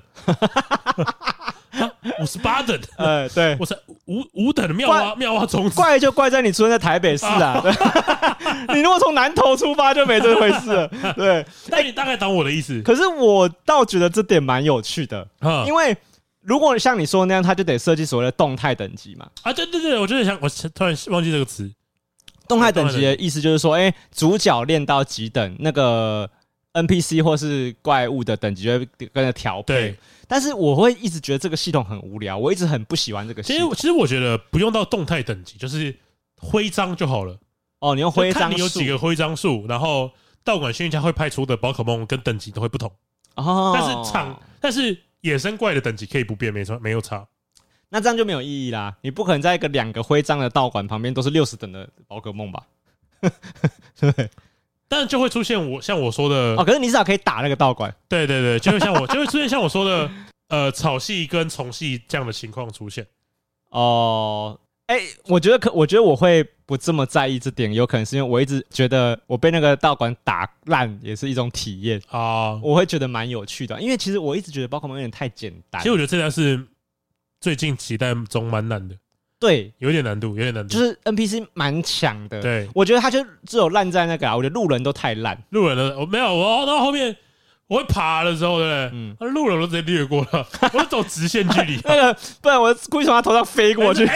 ，58等， 对， 我是5等的妙蛙种子， 怪就怪在你出生在台北市啊，你如果从南投出发就没这回事了，对， 但你大概懂我的意思。 可是我倒觉得这点蛮有趣的，因为如果像你说的那样，他就得设计所谓的动态等级嘛。 啊，对，我突然忘记这个词。 动态等级的意思就是说，主角练到几等，那个 NPC 或是怪物的等级就会跟着调配。但是我会一直觉得这个系统很无聊，我一直很不喜欢这个系统。 其实我觉得不用到动态等级，就是徽章就好了。 哦，你用徽章数， 看你有几个徽章数，然后道馆训练家会派出的宝可梦跟等级都会不同。哦，但是野生怪的等级可以不变，没有差。 那这样就没有意义啦！你不可能在2个徽章的道馆旁边都是60等的宝可梦吧？对， 但是就会出现像我说的哦，可是你至少可以打那个道馆。 对，就会出现像我说的草系跟虫系这样的情况出现。 哦，我觉得我会不这么在意这点，有可能是因为我一直觉得我被那个道馆打烂也是一种体验啊，我会觉得蛮有趣的，因为其实我一直觉得宝可梦有点太简单。 其实我觉得这条是最近期待中蛮难的， 对， 有点难度，就是 NPC 蛮强的。 对， 我觉得他就只有烂在那个我觉得路人都太烂。 路人的我没有，我到后面我会爬的时候，对不对？路人我都直接略过了，我是走直线距离。 不然我故意从他头上飞过去。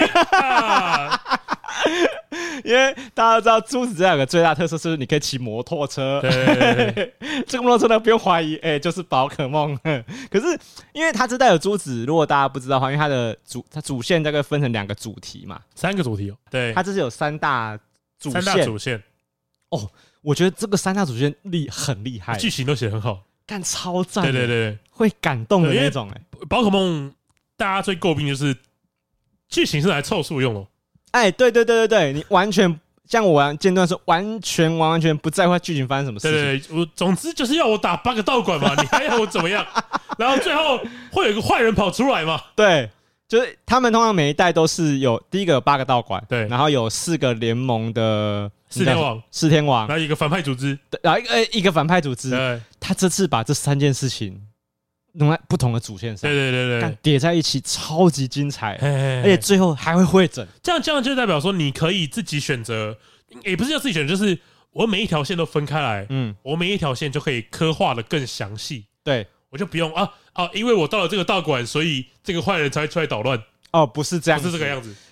因为大家都知道珠子这两个最大特色是你可以骑摩托车，对这个摩托车呢不用怀疑，就是宝可梦。可是因为它这代有珠子，如果大家不知道的话，因为它主线大概分成2个主题嘛 ，3个主题哦，对， 它这是有3大主线哦，我觉得这个3大主线很厉害， 剧情都写得很好， 干超赞， 对， 会感动的那种。 宝可梦大家最诟病就是剧情是来凑数用的。 对，你完全像我玩间断是完全不在乎剧情发生什么事情。对，总之就是要我打8个道馆嘛，你还要我怎么样？然后最后会有一个坏人跑出来嘛？ 对，就是他们通常每一代都是有第一个有8个道馆， 对， 然后有4个联盟的四天王，然后一个反派组织， 对，然后一个反派组织。对，他这次把这3件事情弄在不同的主线上， 对， 叠在一起，超级精彩，而且最后还会汇整。 这样就代表说，你可以自己选择，也不是要自己选择，就是我每一条线都分开来，我每一条线就可以刻画的更详细。 对， 我就不用因为我到了这个道馆，所以这个坏人才会出来捣乱。 哦，不是这样， 不是这个样子。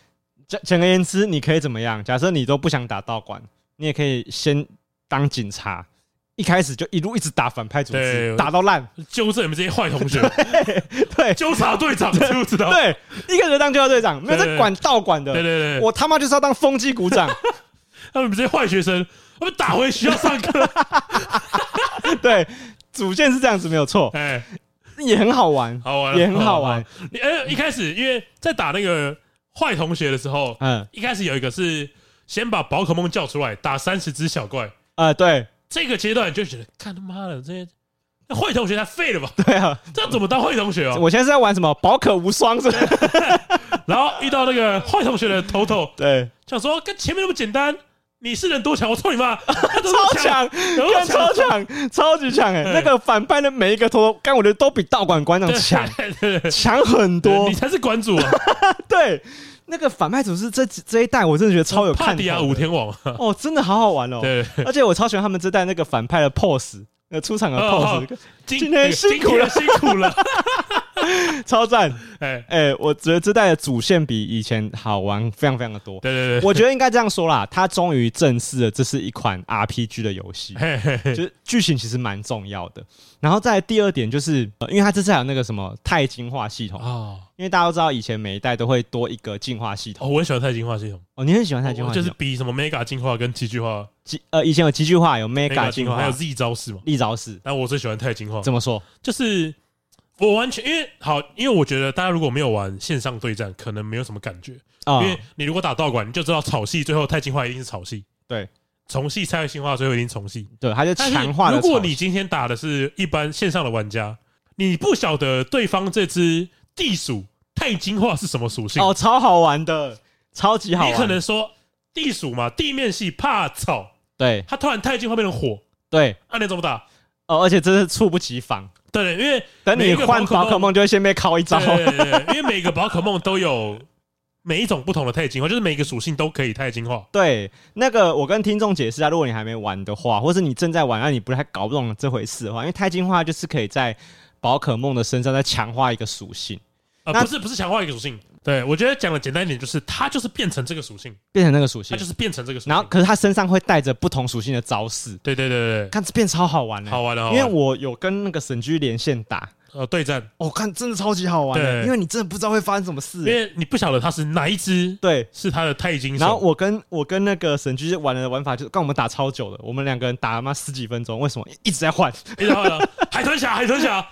简而言之，你可以怎么样？假设你都不想打道馆，你也可以先当警察，一开始就一路一直打反派组织，打到烂， 纠正你们这些坏同学。 对， 纠察队长知不知道？ 对，一个人当纠察队长，没有在管道馆的。 对， 我他妈就是要当风纪股长。 他们这些坏学生，他们打回学校上课。 对，主线是这样子，没有错。也很好玩，也很好玩。 一开始因为在打那个坏同学的时候，一开始有一个是先把宝可梦叫出来打30只小怪。 对， 这个阶段你就觉得，看他妈的这些坏同学太废了吧？ 对啊， 这样怎么当坏同学啊？ 我现在是在玩什么宝可无双是吧？ 然后遇到那个坏同学的头， 对， 想说跟前面那么简单。你是人多强？我操你妈！ 超强，超强，超级强哎！那个反派的每一个头，干我觉得都比道馆馆长强，强很多。 你才是馆主啊！ 对，那个反派组是这一代，我真的觉得超有看头。帕迪亚五天王哦，真的好好玩哦！对，而且我超喜欢他们这代那个反派的 pose， 出场的 pose。今天辛苦了，辛苦了。超赞！我觉得这代的主线比以前好玩非常非常的多。 对， 我觉得应该这样说啦，它终于正式了，这是一款 RPG 的游戏，就是剧情其实蛮重要的。然后再来第二点就是，因为它这次还有那个什么钛金化系统因为大家都知道以前每一代都会多一个进化系统。 我很喜欢钛金化系统。 你很喜欢钛金化系统， 就是比什么 Mega 进化跟极巨化。 以前有极巨化，有 Mega 进化， 还有 Z 招式嘛？ Z 招式。 但我最喜欢钛金化。 怎么说？ 就是我完全因为我觉得大家如果没有玩线上对战，可能没有什么感觉。因为你如果打道馆，你就知道草系最后钛金化一定是草系。 对。 虫系钛金化最后一定虫系。 对，它就强化了。 如果你今天打的是一般线上的玩家，你不晓得对方这只地鼠钛金化是什么属性超好玩的，超级好玩。 你可能说地鼠嘛，地面系怕草， 对， 它突然钛金化变成火， 对， 你怎么打？ 而且这是猝不及防。 对，因为等你换宝可梦就会先被敲一招。 对，因为每个宝可梦都有每一种不同的钛金化，就是每个属性都可以钛金化。 对，那个我跟听众解释啊，如果你还没玩的话，或是你正在玩，你不太搞不懂这回事的话，因为钛金化就是可以在宝可梦的身上再强化一个属性。 不是强化一个属性。对，我觉得讲的简单一点，就是它就是变成这个属性， 变成那个属性， 它就是变成这个属性。 然后，可是它身上会带着不同属性的招式。对，看这变超好玩好玩的。 因为我有跟那个神居连线打对战， 看真的超级好玩的，因为你真的不知道会发生什么事， 因为你不晓得它是哪一只， 对， 是它的钛金手。 然后我跟那个神居玩的玩法就是跟我们打超久的，我们两个人打了10几分钟，为什么一直在换？ 海豚侠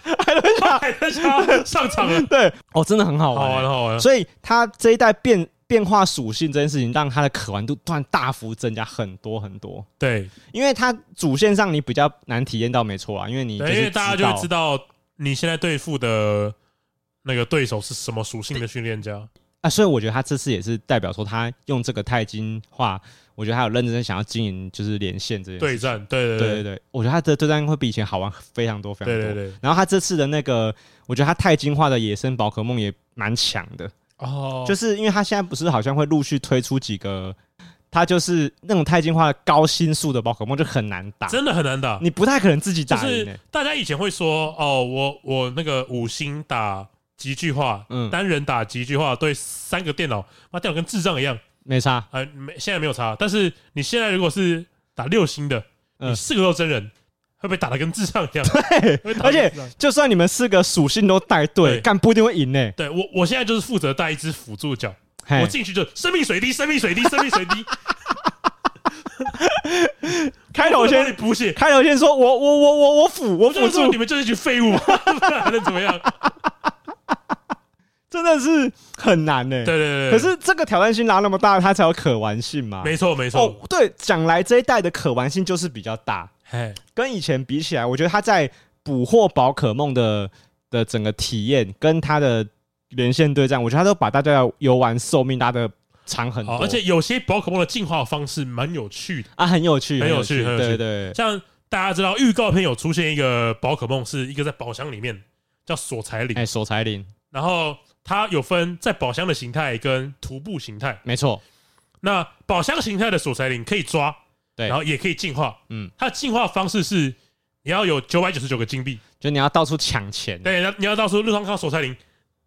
上场了， 对，真的很好玩， 好玩。 所以它这一代变化属性这件事情，让它的可玩度突然大幅增加很多很多。 对， 因为它主线上你比较难体验到，没错啊，因为你就是因为大家就会知道你现在对付的那个对手是什么属性的训练家所以我觉得他这次也是代表说，他用这个钛金化，我觉得他有认真想要经营，就是连线这件对战。对， 我觉得他的对战会比以前好玩非常多非常多。 对。 然后他这次的那个，我觉得他钛金化的野生宝可梦也蛮强的就是因为他现在不是好像会陆续推出几个。它就是那种钛金化的高星数的宝可梦就很难打， 真的很难打， 你不太可能自己打赢。 就是大家以前会说我那个5星打极巨化，单人打极巨化对3个电脑，电脑跟智障一样， 没差现在没有差。但是你现在如果是打6星的，你4个都真人，会不会打得跟智障一样？ 对，而且就算你们4个属性都带对，干不一定会赢呢。 对，我现在就是负责带一只辅助角。我进去就生命水滴，开头先补血， 开头先说我辅助， 你们就是一群废物，还能怎么样？ 真的是很难呢。 对。 可是这个挑战性拉那么大，它才有可玩性嘛。 没错。 对，讲来这一代的可玩性就是比较大，跟以前比起来，我觉得它在捕获宝可梦的整个体验跟它的连线对战，我觉得他都把大家的游玩寿命拉得长很多， 而且有些宝可梦的进化方式蛮有趣的很有趣。 对，像大家知道预告片有出现一个宝可梦，是一个在宝箱里面叫索财灵， 索财灵， 然后它有分在宝箱的形态跟徒步形态， 没错。 那宝箱形态的索财灵可以抓，对，然后也可以进化，它的进化方式是你要有999个金币， 就你要到处抢钱， 对，你要到处路上看到索财灵。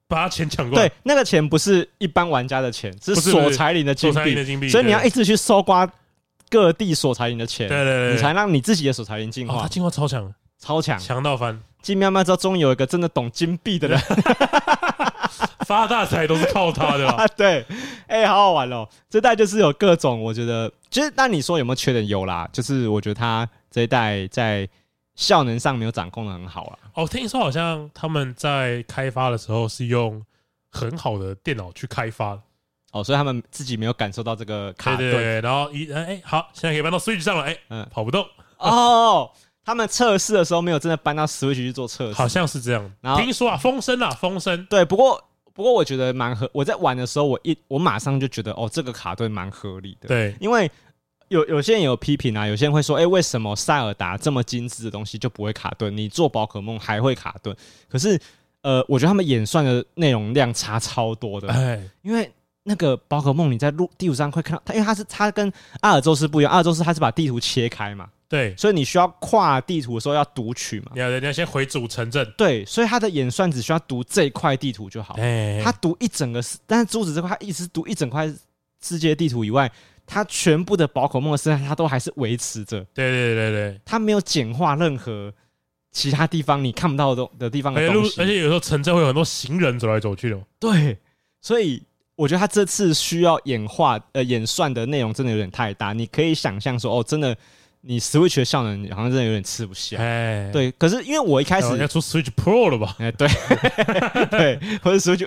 把他钱抢过来。 对，那个钱不是一般玩家的钱，是索财灵的金币，所以你要一直去搜刮各地索财灵的钱， 对， 你才让你自己的索财灵进化。 他进化超强， 超强， 强到翻。 进喵喵之后，终于有一个真的懂金币的人， 发大财都是靠他的吧？ 对，好好玩哦。这代就是有各种，我觉得，就是那你说有没有缺点？有啦，就是我觉得他这一代在效能上没有掌控的很好啦。 哦，听说好像他们在开发的时候是用很好的电脑去开发的。 哦，所以他们自己没有感受到这个卡顿。 对，然后好，现在可以搬到 Switch 上了，跑不动。 哦。他们测试的时候没有真的搬到 Switch 去做测试， 好像是这样。然后听说风声。对， 不过我觉得我在玩的时候，我马上就觉得这个卡顿蛮合理的。 对， 因为有些人有批评啊，有些人会说，为什么塞尔达这么精致的东西就不会卡顿？你做宝可梦还会卡顿？可是我觉得他们演算的内容量差超多的。因为那个宝可梦你在地图上会看到它，因为它跟阿尔宙斯不一样，阿尔宙斯它是把地图切开嘛。 对， 所以你需要跨地图的时候要读取嘛？ 你要先回主城镇。 对，所以它的演算只需要读这一块地图就好。它读一整个，但是珠子这块它一直读一整块世界地图以外，它全部的宝可梦的生态它都还是维持着。 对， 它没有简化任何其他地方你看不到的地方的东西。 而且有时候城镇会有很多行人走来走去的。 对，所以我觉得它这次需要演算的内容真的有点太大。你可以想象说，真的。你 Switch 的效能好像真的有点吃不下，对。可是因为我一开始要出 Switch Pro 了吧？ 对，对，或者 Switch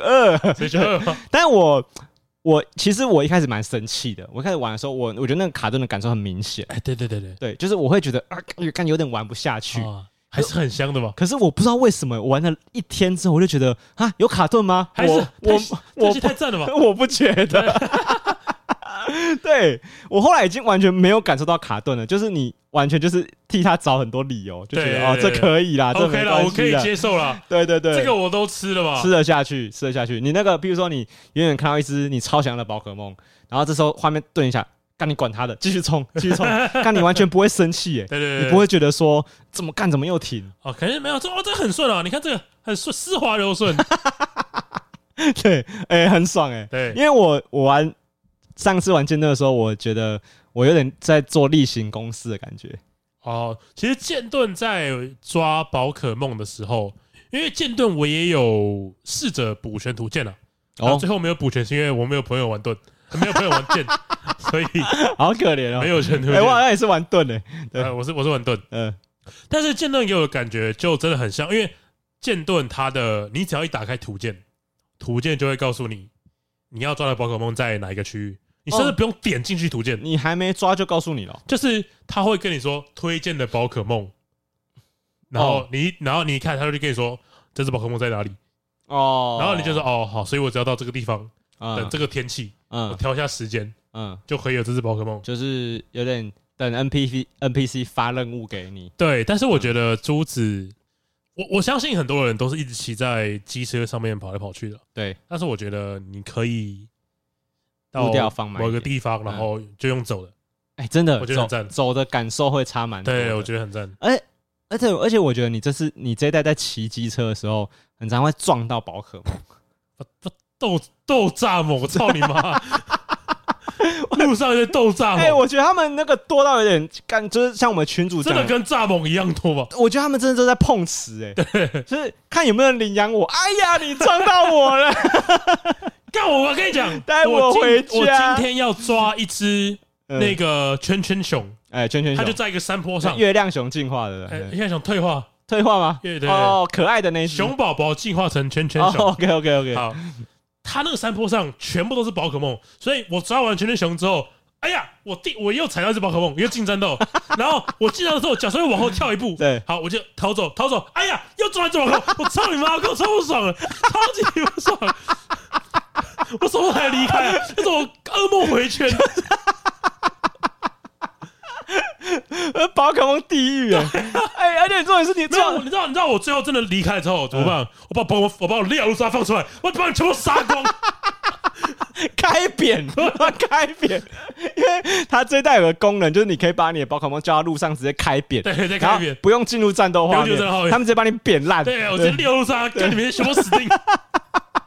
2，但其实我一开始蛮生气的。我一开始玩的时候，我觉得那个卡顿的感受很明显。对，就是我会觉得有点玩不下去， 还是很香的嘛。 可是我不知道为什么，我玩了一天之后，我就觉得有卡顿吗？ 还是我太赞了吧？ 我不觉得。对，我后来已经完全没有感受到卡顿了，就是你完全就是替他找很多理由，就觉得这可以啦，这 OK 啦，我可以接受啦。 对， 这个我都吃了吧， 吃得下去。你那个，比如说你远远看到一只你超强的宝可梦，然后这时候画面顿一下，干你管他的，继续冲，干你完全不会生气耶， 对， 你不会觉得说怎么干怎么又停可是没有这很顺啊，你看这个很顺，丝滑柔顺， 对，很爽对，因为我玩。上次玩剑盾的时候，我觉得我有点在做例行公事的感觉。 其实剑盾在抓宝可梦的时候，因为剑盾我也有试着补全图鉴然后最后没有补全，是因为我没有朋友玩盾，没有朋友玩剑，所以好可怜没有全图鉴。 我好像也是玩盾对，我是玩盾，但是剑盾给我的感觉就真的很像，因为剑盾它的你只要一打开图鉴就会告诉你要抓的宝可梦在哪一个区域。你甚至不用点进去图鉴， 你还没抓就告诉你了。 就是他会跟你说推荐的宝可梦，然后你一看，他就跟你说这只宝可梦在哪里。然后你就说好，所以我只要到这个地方，等这个天气，我调一下时间，就可以有这只宝可梦。 就是有点等 NPC 发任务给你。 对，但是我觉得珠子，我相信很多人都是一直骑在机车上面跑来跑去的。 对， 但是我觉得你可以。 步调放慢某个地方，然后就用走的， 真的， 我觉得很赞， 走的感受会差蛮多。 对，我觉得很赞。 而且我觉得你这一代在骑机车的时候，很常会撞到宝可梦， 斗蚱蜢，我操你妈！路上有斗蚱蜢， 我觉得他们那个多到有点就是像我们群主讲的，真的跟蚱蜢一样多吧？ 我觉得他们真的都在碰瓷，对，就是看有没有人领养我。哎呀，你撞到我了！ 干我跟你讲， 带我回家。 我今天要抓一只那个圈圈熊， 圈圈熊， 它就在一个山坡上。 月亮熊进化的， 月亮熊退化吗？对，可爱的那只熊宝宝进化成圈圈熊。 OK， 好，它那个山坡上全部都是宝可梦，所以我抓完圈圈熊之后，哎呀，我又踩到一只宝可梦，又进战斗，然后我进到的时候，脚稍微往后跳一步， 对， 好，我就逃走，哎呀，又抓一只宝可梦，我操你妈，我超不爽了，超级不爽。我什么才离开那种噩梦回圈， 宝可梦地狱而且你重点是你知道我最后真的离开之后怎么办？我把我利亚卢莎放出来，我把你全部杀光， 开扁，因为它这一代有个功能，就是你可以把你的宝可梦叫到路上直接开扁， 对，再开扁， 不用进入战斗画面，他们直接把你扁烂。 对，我直接利亚卢莎跟你们全部死定。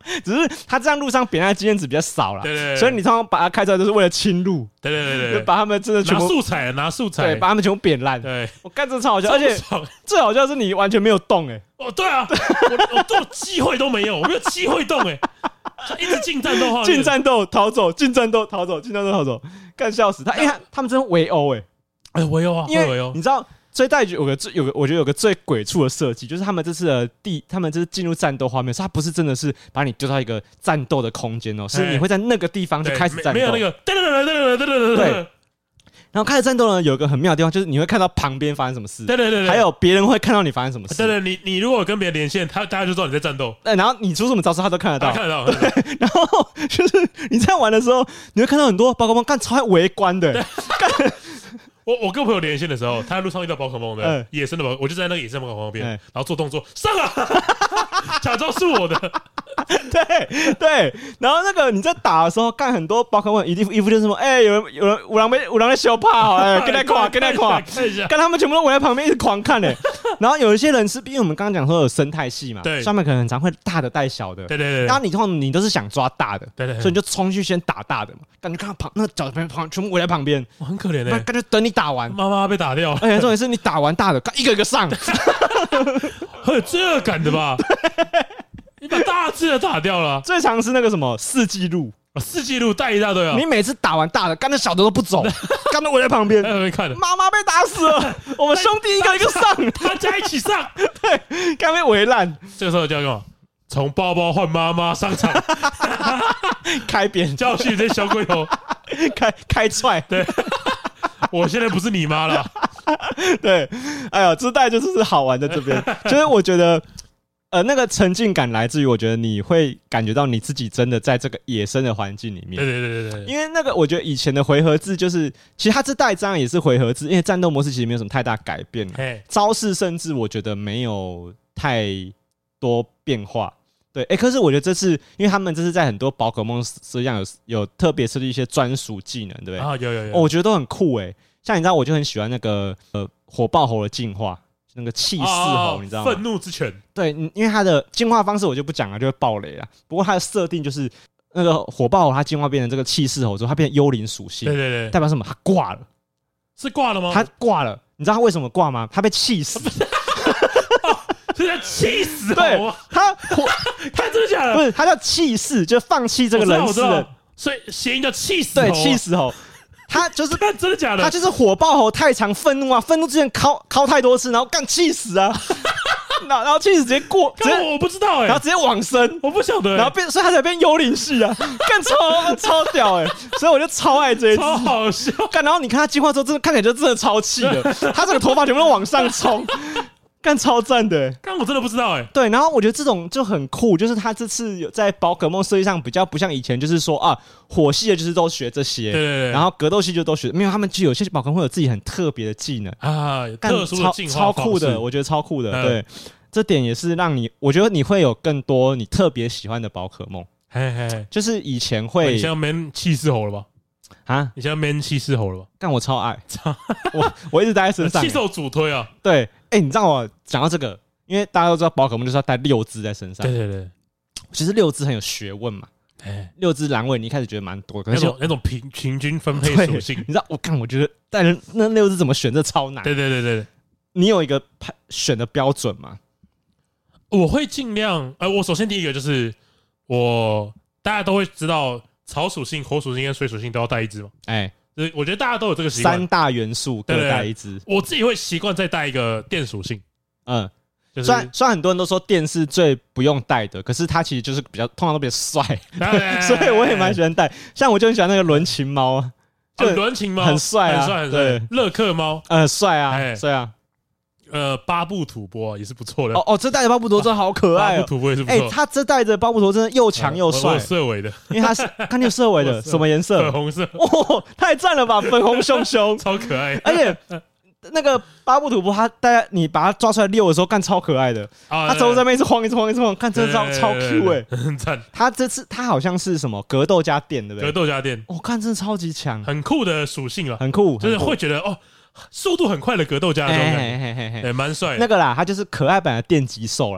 只是他这样路上扁担的经验值比较少啦， 对， 所以你通常把它开出来都是为了清路， 对， 把他们真的全部拿素材， 对，把他们全部扁烂。 对， 我干这超好笑，而且最好笑的是你完全没有动哦，对啊，我机会都没有，我没有机会动一直进战斗， 进战斗逃走，进战斗逃走，进战斗逃走，干笑死他！他们真的围殴围殴啊， 因为你知道。这一代有个我觉得有个最鬼畜的设计，就是他们这次的他们这次进入战斗画面，它不是真的是把你丢到一个战斗的空间哦，是你会在那个地方就开始战斗， 没有那个对。然后开始战斗呢，有一个很妙的地方，就是你会看到旁边发生什么事， 对， 还有别人会看到你发生什么事， 对，你如果跟别人连线，大家就知道你在战斗， 然后你出什么招式，他都看得到， 对， 然后就是你在玩的时候，你会看到很多宝可梦干超爱围观的， 我跟朋友连线的时候，他在路上遇到宝可梦的野生的宝，我就在那个野生宝可梦旁边，然后做动作上啊，假装是我的， 对，然后那个你在打的时候，干很多宝可梦一副就是什么，有人五郎在修怕，跟他垮，干他们全部都围在旁边一直狂看然后有一些人是，因为我们刚刚讲说有生态系嘛， 对， 上面可能很常会大的带小的， 对， 然后你通常你都是想抓大的， 对， 所以你就冲去先打大的嘛，感觉看到那个脚旁全部围在旁边， 很可怜感觉等你打完， 妈妈被打掉， 而且重点是你打完大的，一个一个上， 很有罪恶感的吧？你把大只的打掉了， 最常是那个什么四季路带一大堆啊！ 你每次打完大的，干那小的都不走，干都围在旁边，妈妈被打死了，我们兄弟一个一个上， 大家一起上， 对，干被围烂。 这个时候就要干嘛？从包包换妈妈上场， 开扁教训这小龟头， 开踹， 对。我现在不是你妈了， 对，哎呀，这代就是好玩的这边，就是我觉得，那个沉浸感来自于我觉得你会感觉到你自己真的在这个野生的环境里面， 对， 因为那个我觉得以前的回合制就是，其实它这代这样也是回合制，因为战斗模式其实没有什么太大改变了，招式甚至我觉得没有太多变化。对，可是我觉得这次，因为他们这次在很多宝可梦实际上有特别设计一些专属技能，对不对？ 啊，有， 我觉得都很酷像你知道，我就很喜欢那个火爆猴的进化，那个气势猴，你知道吗？ 愤怒之拳。对， 因为它的进化方式我就不讲了，就会爆雷了。不过它的设定就是那个火爆猴，它进化变成这个气势猴之后，它变成幽灵属性， 对， 代表什么？它挂了， 是挂了吗？ 它挂了，你知道它为什么挂吗？它被气死。 是在气死对，他真的假的？ 不是，他叫气势，就放弃这个人世的， 所以谐音叫气死猴。 对，气死猴。他就是真的假的？ 他就是火爆猴太常愤怒啊，愤怒之前敲太多次，然后干气死啊，然后气死直接过， 我不知道然后直接往生， 我不晓得， 然后所以他才变幽灵系啊，干超屌所以我就超爱这一只， 超好笑。 干，然后你看他进化之后，真的看起来就真的超气的，他整个头发全部都往上冲。干超赞的干我真的不知道对，然后我觉得这种就很酷，就是他这次有在宝可梦设计上比较不像以前，就是说啊，火系的就是都学这些， 对， 然后格斗系就都学，没有，他们就有些宝可梦会有自己很特别的技能啊，特殊的进化方式， 超酷的，我觉得超酷的，对，这点也是让你，我觉得你会有更多你特别喜欢的宝可梦，就是以前会， 你现在 man 气势猴了吧？啊，你现在 man 气势猴了吧？ 干我超爱，我一直带在身上， 气势猴主推啊， 对。你知道我讲到这个，因为大家都知道宝可梦就是要带6只在身上。 对， 其实6只很有学问嘛。6只栏位你一开始觉得蛮多，可是那种平均分配属性， 你知道我觉得带人那6只怎么选，这超难。 对， 你有一个选的标准吗？ 我会尽量，我首先第一个就是大家都会知道草属性、火属性跟水属性都要带1只嘛。我觉得大家都有这个习惯，3大元素各带1只。我自己会习惯再带一个电属性。虽然很多人都说电是最不用带的，可是它其实就是通常都比较帅，所以我也蛮喜欢带。像我就很喜欢那个轮琴猫啊， 轮琴猫很帅啊， 很帅。对，乐克猫， 帅啊，帅啊。 巴布土波也是不错的这代的巴布陀真的好可爱巴布土波也是不错。 他这代的巴布陀真的又强又帅， 有色尾的， 因为他是看你有色尾的，什么颜色？ 粉红色。 太赞了吧，粉红熊熊， 超可爱。 而且那个巴布土波，你把它抓出来遛的时候，干超可爱的。他走在那边一直晃，看真的超 Q 很赞。 他这次他好像是什么格斗加电，对不对？ 格斗加电， 看真的超级强， 很酷的属性了， 很酷， 就是会觉得速度很快的格斗家的这种感觉，蛮帅。 那个啦，他就是可爱版的电击兽啦。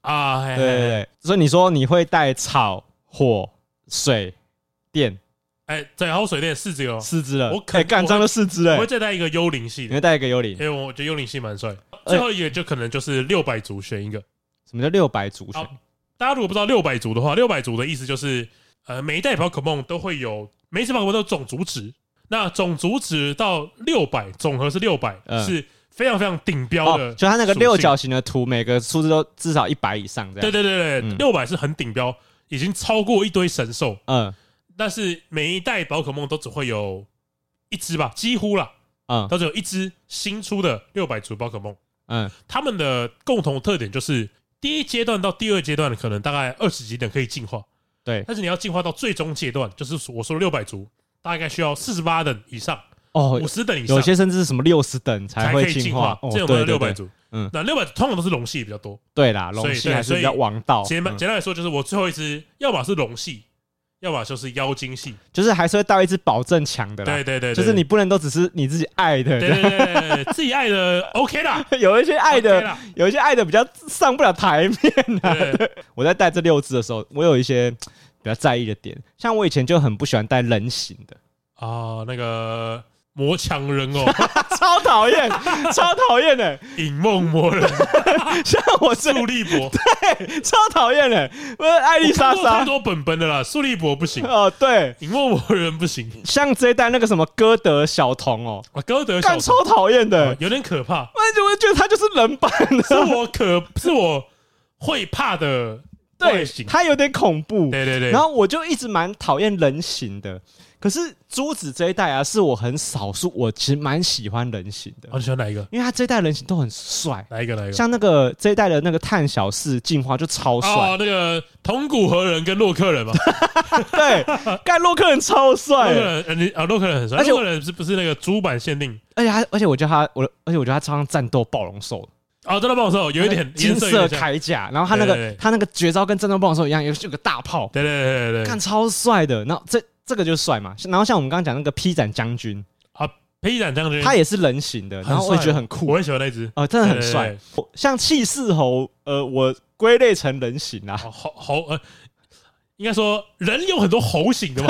啊， 对对对，所以你说你会带草、火、水、电， 对，然后水电4只哦 ，4只了， 我干脏了4只了， 我会再带一个幽灵系的， 你会带一个幽灵， 因为我觉得幽灵系蛮帅。最后一个就可能就是600族选一个。 什么叫600族选？ 大家如果不知道600族的话，600族的意思就是每一代宝可梦都会有，每一只宝可梦都有种族值，那种族值到600，总和是600，是非常非常顶标的， 就它那个六角形的图，每个数字都至少100以上这样。 对对对对，600是很顶标，已经超过一堆神兽。但是每一代宝可梦都只会有1只吧，几乎啦，都只有1只新出的600族宝可梦。他们的共同特点就是第一阶段到第2阶段可能大概20几等可以进化， 对， 但是你要进化到最终阶段，就是我说的600族，大概需要48等以上，50等以上， 有些甚至是什么60等才会进化， 这种的600族。那600族通常都是龙系比较多， 对啦，龙系还是比较王道。 简单来说，就是我最后一只，要么是龙系，要么就是妖精系， 就是还是会到一只保证强的啦。 对对对， 就是你不能都只是你自己爱的， 对对对，自己爱的 OK 啦。 有一些爱的，有一些爱的比较上不了台面啊。我在带这6只的时候，我有一些比较在意的点，像我以前就很不喜欢带人形的那个魔强人哦， 超讨厌，超讨厌的影梦魔人， 像我素立博， 对，超讨厌的，艾丽莎莎太多本的啦，素立博不行对， 影梦魔人不行， 像这一代那个什么歌德小童歌德小童超讨厌的， 有点可怕， 我觉得他就是人版的， 是我会怕的。 对，他有点恐怖， 对对对， 然后我就一直蛮讨厌人形的。可是珠子这一代是我很少数，我其实蛮喜欢人形的。 你喜欢哪一个？ 因为他这一代人形都很帅。 哪一个？ 像那个这一代的那个炭小四进化就超帅。 那个铜骨河人跟洛克人嘛。 对，干洛克人超帅。 洛克人很帅，洛克人不是那个主版限定， 而且我觉得他超像战斗暴龙兽。 战斗暴龙兽有一点金色铠甲，然后他那个绝招跟战斗暴龙兽一样，有个大炮， 对， 看超帅的。然后这个就帅嘛。然后像我们刚刚讲那个披斩将军披斩将军， 他也是人形的，然后我也觉得很酷， 我也喜欢那只真的很帅。像气势猴，我归类成人形啊， 猴应该说人有很多猴型的嘛。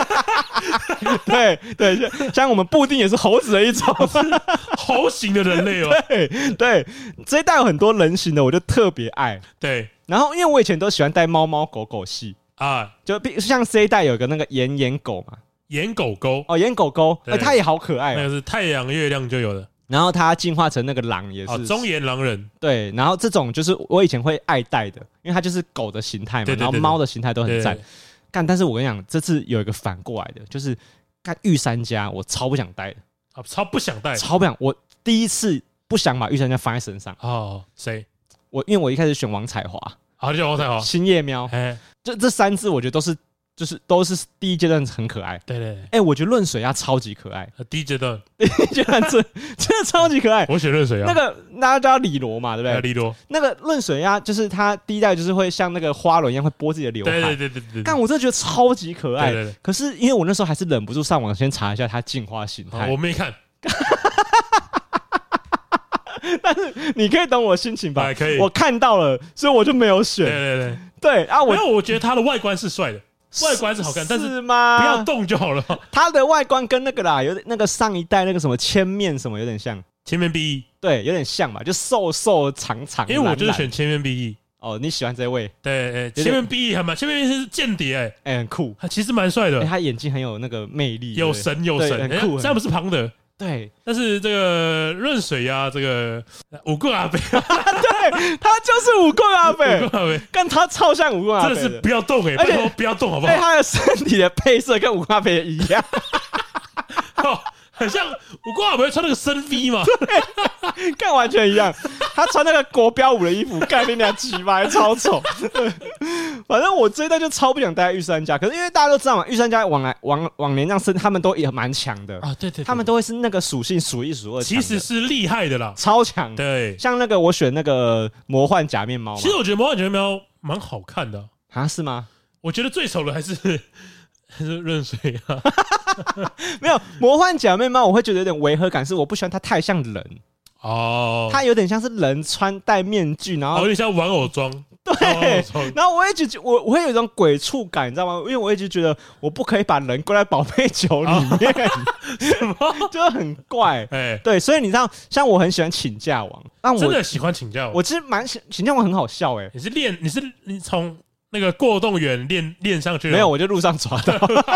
对，像我们布丁也是猴子的一种， 猴型的人类哦。 对，这一代有很多人形的，我就特别爱。 对， 然后因为我以前都喜欢带猫猫狗狗系就像这一代有个那个岩狗嘛， 岩狗狗岩狗狗，它也好可爱那个是太阳月亮就有的。 然后它进化成那个狼也是中岩狼人， 对，然后这种就是我以前会爱带的，因为它就是狗的形态嘛，然后猫的形态都很赞。但是我跟你讲，这次有一个反过来的，就是御三家我超不想带的超不想带， 超不想。我第一次不想把御三家放在身上谁？ 因为我一开始选王彩华， 就王彩华、 星夜喵，这3只我觉得都是第一阶段很可爱。 对， 我觉得润水鸭超级可爱。 第一阶段真的超级可爱。 我选润水鸭， 那个大家叫李罗嘛，对不对？ 李罗那个润水鸭就是它第一代就是会像那个花轮一样会拨自己的刘海。 对。 但我真的觉得超级可爱。 对。 可是因为我那时候还是忍不住上网先查一下它进化形态。 我没看。 但是你可以懂我心情吧？ 可以。 我看到了，所以我就没有选。对啊， 因为我觉得它的外观是帅的。外观是好看，但是吗？ 不要动就好了。 它的外观跟那个啦，有那个上一代那个什么千面什么有点像。 千面 BE， 对，有点像吧，就瘦瘦长长。 因为我就是选千面 BE。 你喜欢这位？ 对，千面 BE 还蛮，千面 BE 是间谍很酷， 他其实蛮帅的。 他眼睛很有那个魅力， 有神， 很酷。 虽然不是庞德。 对， 但是这个润水鸭，这个武棍阿北， 对，他就是武棍阿北，跟他超像武棍阿北， 真的是不要动而且不要动好不好？ 他的身体的配色跟武棍阿北一样， 很像武棍阿北穿那个深 V 嘛， 对，干完全一样。他穿那个国标舞的衣服，干你俩鸡巴，超丑。反正我这一代就超不想待在御三家，可是因为大家都知道嘛，御三家往年这样升，他们都也蛮强的对， 他们都会是那个属性数一数二， 其实是厉害的啦， 超强。 对， 像那个我选那个魔幻假面猫， 其实我觉得魔幻假面猫蛮好看的是吗？ 我觉得最丑的还是润水啊。 没有魔幻假面猫，我会觉得有点违和感，是我不喜欢它太像人。它有点像是人戴面具，然后有点像玩偶装。 对，然后我一直我会有一种鬼畜感，你知道吗？因为我一直觉得我不可以把人关在宝贝球里面， 什么就很怪。对，所以你知道，像我很喜欢请假王，但我真的喜欢请假王。 我其实蛮请假王很好笑你从那个过动员练上去？ 没有，我就路上抓到，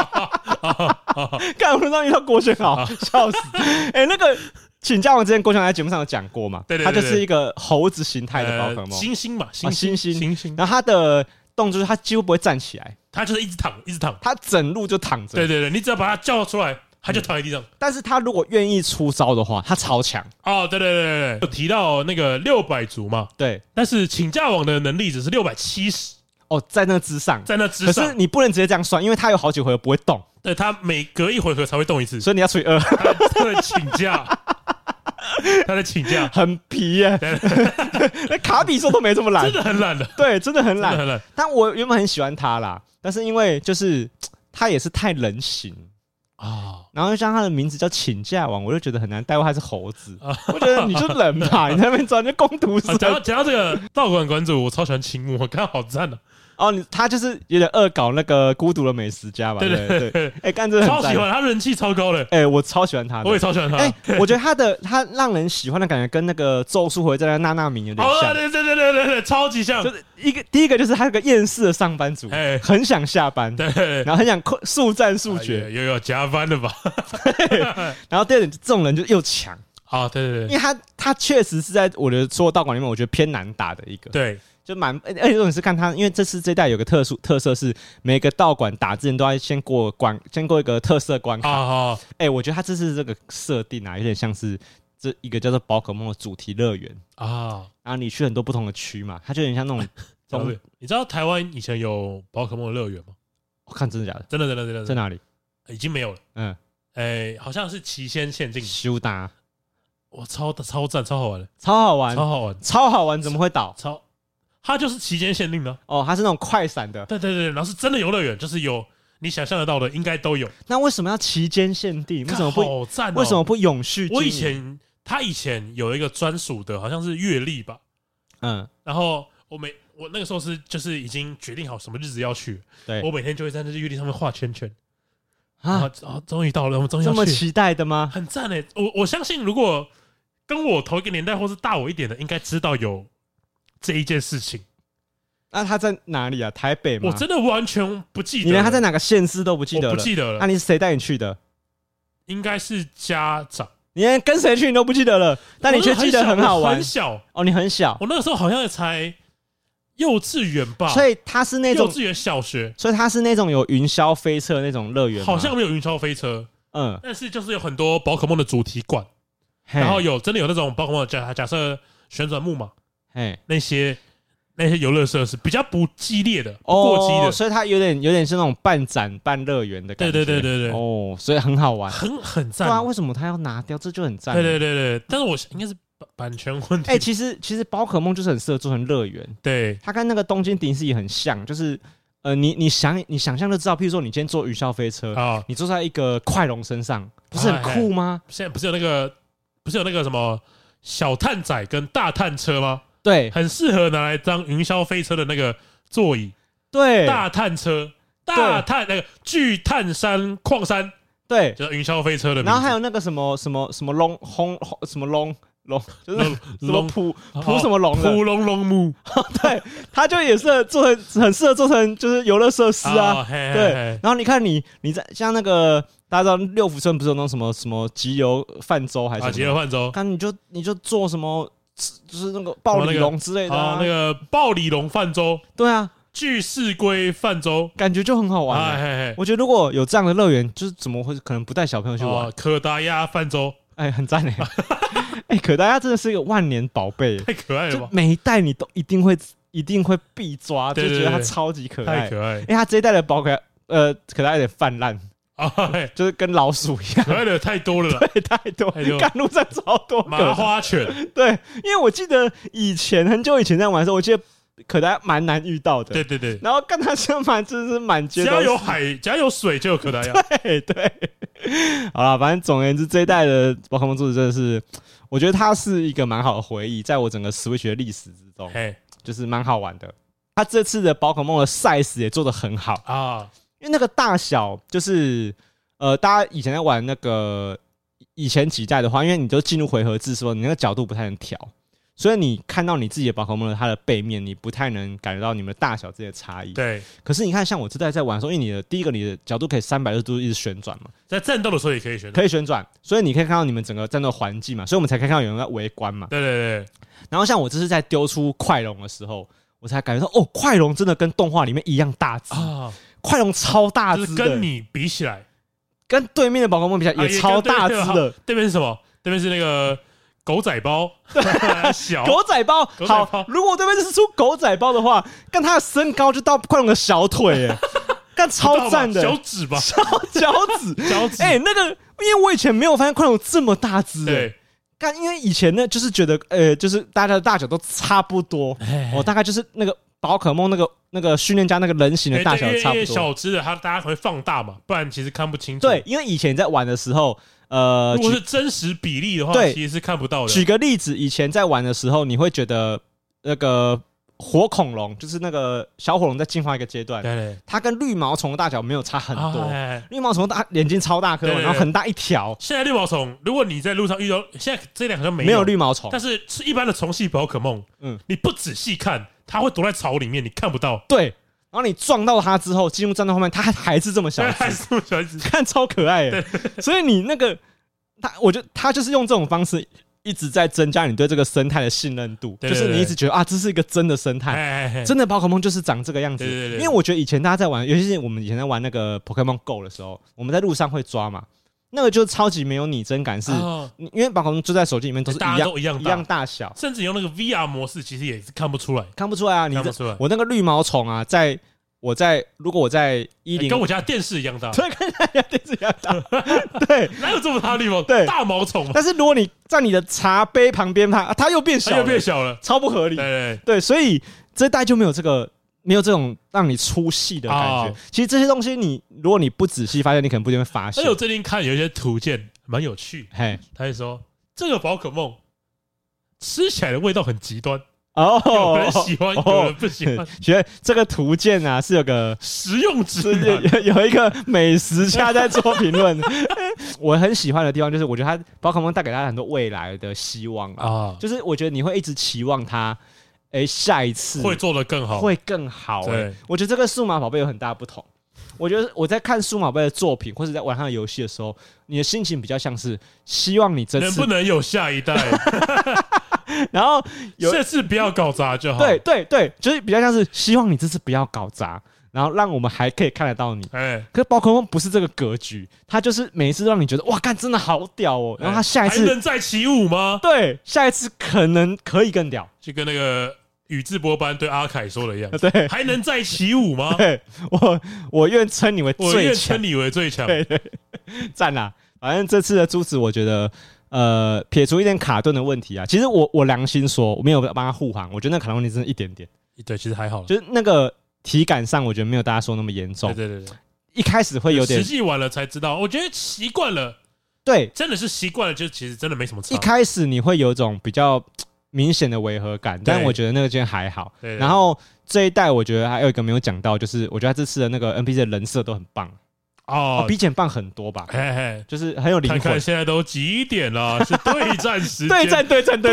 干路上遇到郭轩豪，笑死！那个。请假王之前郭轩豪在节目上有讲过嘛？ 对， 他就是一个猴子形态的宝可梦， 猩猩嘛，猩猩。然后他的动作就是他几乎不会站起来， 他就是一直躺，他整路就躺着。 对，你只要把他叫出来，他就躺在地上。 但是他如果愿意出招的话，他超强。 哦，对，有提到那个600族嘛？ 对， 但是请假王的能力只是670。 哦，在那之上。可是你不能直接这样算，因为他有好几回合不会动。 对，他每隔一回合才会动一次， 所以你要除以2。 他的请假。他在请假， 很皮耶。卡比兽都没这么懒， 真的很懒的。 对，真的很懒。但我原本很喜欢他啦，但是因为就是他也是太人形啊，然后像他的名字叫请假王，我就觉得很难带入他是猴子。我觉得你就人吧，你在那边抓，你就工读生。 讲到这个道馆馆主，我超喜欢青木，我看好赞的。 他就是有点恶搞那个孤独的美食家吧？对，干这超喜欢他，人气超高的。 我超喜欢他的， 我也超喜欢他。 我觉得他让人喜欢的感觉跟那个咒术回战的娜娜米有点像。 对，超级像。 就是第一个就是他是个厌世的上班族，很想下班，对，然后很想速战速决， 有加班的吧？ 然后第二点，这种人就又强啊，对， 因为他确实是在我的所有道馆里面，我觉得偏难打的一个， 对。 就而且如果你是看他，因为这次这一代有个特色是每个道馆打之前都要先过一个特色关卡。我觉得他这次这个设定啊，有点像是这一个叫做宝可梦的主题乐园啊。然后你去很多不同的区嘛，它就有点像那种。 你知道台湾以前有宝可梦的乐园吗？ 我看真的假的？ 真的在哪里？ 已经没有了。好像是期间限定。 修打， 哇，超赞，超好玩的， 超好玩，怎么会倒？ 它就是期间限定的它是那种快闪的。 对，然后是真的游乐园，就是有你想象得到的，应该都有。 那为什么要期间限定？为什么不好赞？ 为什么不永续？ 他以前有一个专属的，好像是月历吧。然后我那个时候就是已经决定好什么日子要去，对，我每天就会在那月历上面画圈圈。终于到了，我们终于要去。 这么期待的吗？ 很赞诶！我相信，如果跟我同一个年代或是大我一点的，应该知道有这一件事情。 那他在哪里啊？台北吗？ 我真的完全不记得， 你连他在哪个县市都不记得了？ 我不记得了。 那你是谁带你去的？ 应该是家长。 你连跟谁去你都不记得了，但你却记得很好玩。 很小你很小。 我那个时候好像也才幼稚园吧， 所以他是那种幼稚园小学， 所以他是那种有云霄飞车那种乐园。 好像没有云霄飞车，但是就是有很多宝可梦的主题馆，然后真的有那种宝可梦假设旋转木马，那些游乐设施比较不激烈的，不过激的， 所以它有点是那种半展半乐园的感觉。 对， 所以很好玩， 很赞。 对啊，为什么他要拿掉？这就很赞。 对，但是我应该是版权问题。 其实宝可梦就是很适合做成乐园。 对， 它跟那个东京迪士尼很像，就是你想象就知道，譬如说你今天坐云霄飞车，你坐在一个快龙身上，不是很酷吗？ 现在不是有那个什么小探仔跟大探车吗？ 对， 很适合拿来当云霄飞车的那个座椅。 对， 大探车，那个巨探山矿山， 对， 就是云霄飞车的名字。 然后还有那个什么龙什么龙，就是什么普什么龙的普龙木， 对，它就也是很适合做成就是游乐设施啊。对，然后你看你在像那个大家知道六福村不是有那种什么集邮泛舟还是集邮泛舟？ 看你就做什么。就是那个暴鲤龙之类的那个暴鲤龙泛舟，对啊，巨噬龟泛舟， 感觉就很好玩。我觉得如果有这样的乐园，就是怎么会可能不带小朋友去玩？ 可达鸭泛舟， 很赞可达鸭真的是一个万年宝贝， 太可爱了吧！ 每一代你都一定会必抓，就觉得它超级可爱， 太可爱。 因为它这一代的宝可达有点泛滥。就是跟老鼠一样， 可爱的太多了啦， 对，太多，赶路上超多麻花犬， 对，因为我记得很久以前在玩的时候，我记得可达鸭蛮难遇到的， 对， 然后跟它相反，真是满街都是， 只要有水就有可达鸭， 对，好了，反正总而言之，这一代的宝可梦作者真的是，我觉得它是一个蛮好的回忆，在我整个 Switch 的历史之中，就是蛮好玩的。 它这次的宝可梦的 size 也做得很好啊，因为那个大小就是大家以前在玩那个以前几代的话，因为你都进入回合制的时候，你那个角度不太能调，所以你看到你自己的宝可梦的它的背面，你不太能感觉到你们的大小之间的差异。 对。 可是你看，像我这代在玩的时候，因为第一个你的角度可以360度一直旋转嘛， 在战斗的时候也可以旋转， 可以旋转，所以你可以看到你们整个战斗环境嘛，所以我们才可以看到有人在围观嘛。 对对对。 然后像我这是在丢出快龙的时候，我才感觉到哦，快龙真的跟动画里面一样大只啊！快龙超大只的， 跟你比起来， 跟对面的宝可梦比起来也超大只的。 对面是什么？对面是那个狗仔包，小狗仔包。好，如果对面是出狗仔包的话，干他的身高就到快龙的小腿，哎，干超赞的， 脚趾吧， 脚趾。那个，因为我以前没有发现快龙这么大只，对。干，因为以前呢，就是觉得，就是大家的大小都差不多，大概就是那个宝可梦那个训练家那个人形的大小差不多。 小只的，大家会放大嘛，不然其实看不清楚。 对，因为以前在玩的时候， 如果是真实比例的话，其实是看不到的。 举个例子，以前在玩的时候，你会觉得那个火恐龙，就是那个小火龙在进化一个阶段，它跟绿毛虫的大小没有差很多。绿毛虫眼睛超大颗，然后很大一条。 现在绿毛虫，如果你在路上遇到，现在这两好像没有绿毛虫， 但是一般的虫系宝可梦，你不仔细看，它会躲在草里面，你看不到。 对，然后你撞到它之后，进入战斗后面，它还是这么小只， 还是这么小只， 看超可爱耶。所以你那个我觉得它就是用这种方式。一直在增加你对这个生态的信任度，就是你一直觉得啊，这是一个真的生态，真的宝可梦就是长这个样子。因为我觉得以前大家在玩，尤其是我们以前在玩那个 Pokemon Go 的时候，我们在路上会抓嘛，那个就超级没有拟真感，是因为宝可梦就在手机里面都是一样大小， 甚至用那个 VR 模式，其实也是看不出来啊。我那个绿毛虫啊，如果我在10， 跟我家电视一样大， 对，跟我家电视一样大，对， 哪有这么大的绿毛？ 对， 大毛虫。 但是如果你在你的茶杯旁边它又变小了，超不合理。对，所以这代就没有这种让你出戏的感觉。其实这些东西如果你不仔细发现，你可能不一定会发现。 而且我最近看有一些图鉴蛮有趣，他会说这个宝可梦吃起来的味道很极端。有人喜欢，有人不喜欢。 觉得这个图鉴啊是有个实用指南， 有一个美食家在做评论。我很喜欢的地方就是，我觉得宝可梦带给大家很多未来的希望啊，就是我觉得你会一直期望它，下一次会做得更好， 会更好。我觉得这个数码宝贝有很大不同。我觉得我在看数码宝贝的作品，或者在玩它的游戏的时候，你的心情比较像是希望你这次能不能有下一代。 然后这次不要搞砸就好。 对，就是比较像是希望你这次不要搞砸，然后让我们还可以看得到你。可是宝可梦不是这个格局，它就是每一次让你觉得哇，干真的好屌哦。然后它下一次还能再起舞吗？ 对，下一次可能可以更屌， 就跟那个宇智波斑对阿凯说的一样。 对， 还能再起舞吗？ 对，我愿称你为最强， 我愿称你为最强。 对，赞啦！反正这次的珠子，我觉得。撇除一点卡顿的问题啊，其实我良心说，我没有帮他护航，我觉得那卡顿问题真的一点点。 对，其实还好， 就是那个体感上，我觉得没有大家说那么严重。 对， 一开始会有点， 实际玩了才知道，我觉得习惯了， 对， 真的是习惯了，就其实真的没什么差。 一开始你会有一种比较明显的违和感，但我觉得那个今天还好。然后这一代我觉得还有一个没有讲到，就是我觉得他这次的那个 NPC 的人设都很棒。比前棒很多吧，就是很有灵魂。 看看现在都几点了？是对战时间， 对战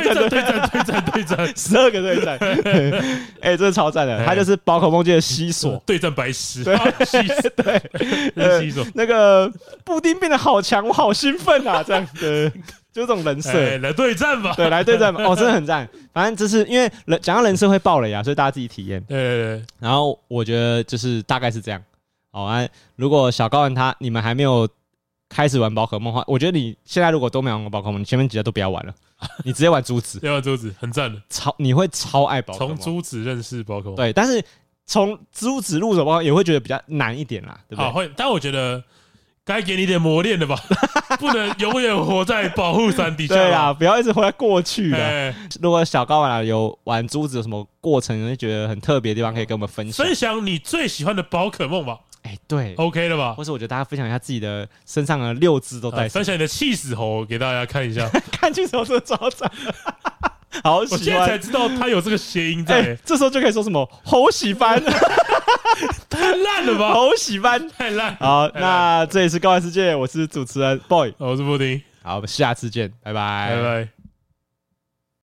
，12 个对战，这是超赞的。他就是宝可梦界的西索， 对战白石， 对， 西索。 那个布丁变得好强，我好兴奋啊！这样的，就这种人设， 来对战吧， 对，来对战吧。真的很赞。反正这是因为讲到人设会爆雷啊，所以大家自己体验。 对。 然后我觉得就是大概是这样。如果小高玩你们还没有开始玩宝可梦的话，我觉得你现在如果都没玩过宝可梦，你前面几代都不要玩了，你直接玩珠子， 要玩珠子很赞的， 你会超爱宝可梦。 从珠子认识宝可梦， 对，但是从珠子入手宝可梦也会觉得比较难一点啦，对不对？ 会，但我觉得该给你点磨练的吧，不能永远活在保护伞底下。 对啊，不要一直活在过去的。如果小高玩有玩珠子有什么过程，你觉得很特别的地方，可以跟我们分享。 分享你最喜欢的宝可梦吧。 对 ，OK 了吧？ 或是我觉得大家分享一下自己的身上的6只都带， 分享你的气死猴给大家看一下， 看气死猴真的超赞。 好喜欢， 我现在才知道他有这个谐音在。 这时候就可以说什么猴喜番， 太烂了吧！ 猴喜番太烂。 好，那这里是高玩世界，我是主持人 Boy， 我是布丁。 好，我们下次见，拜拜， 拜拜。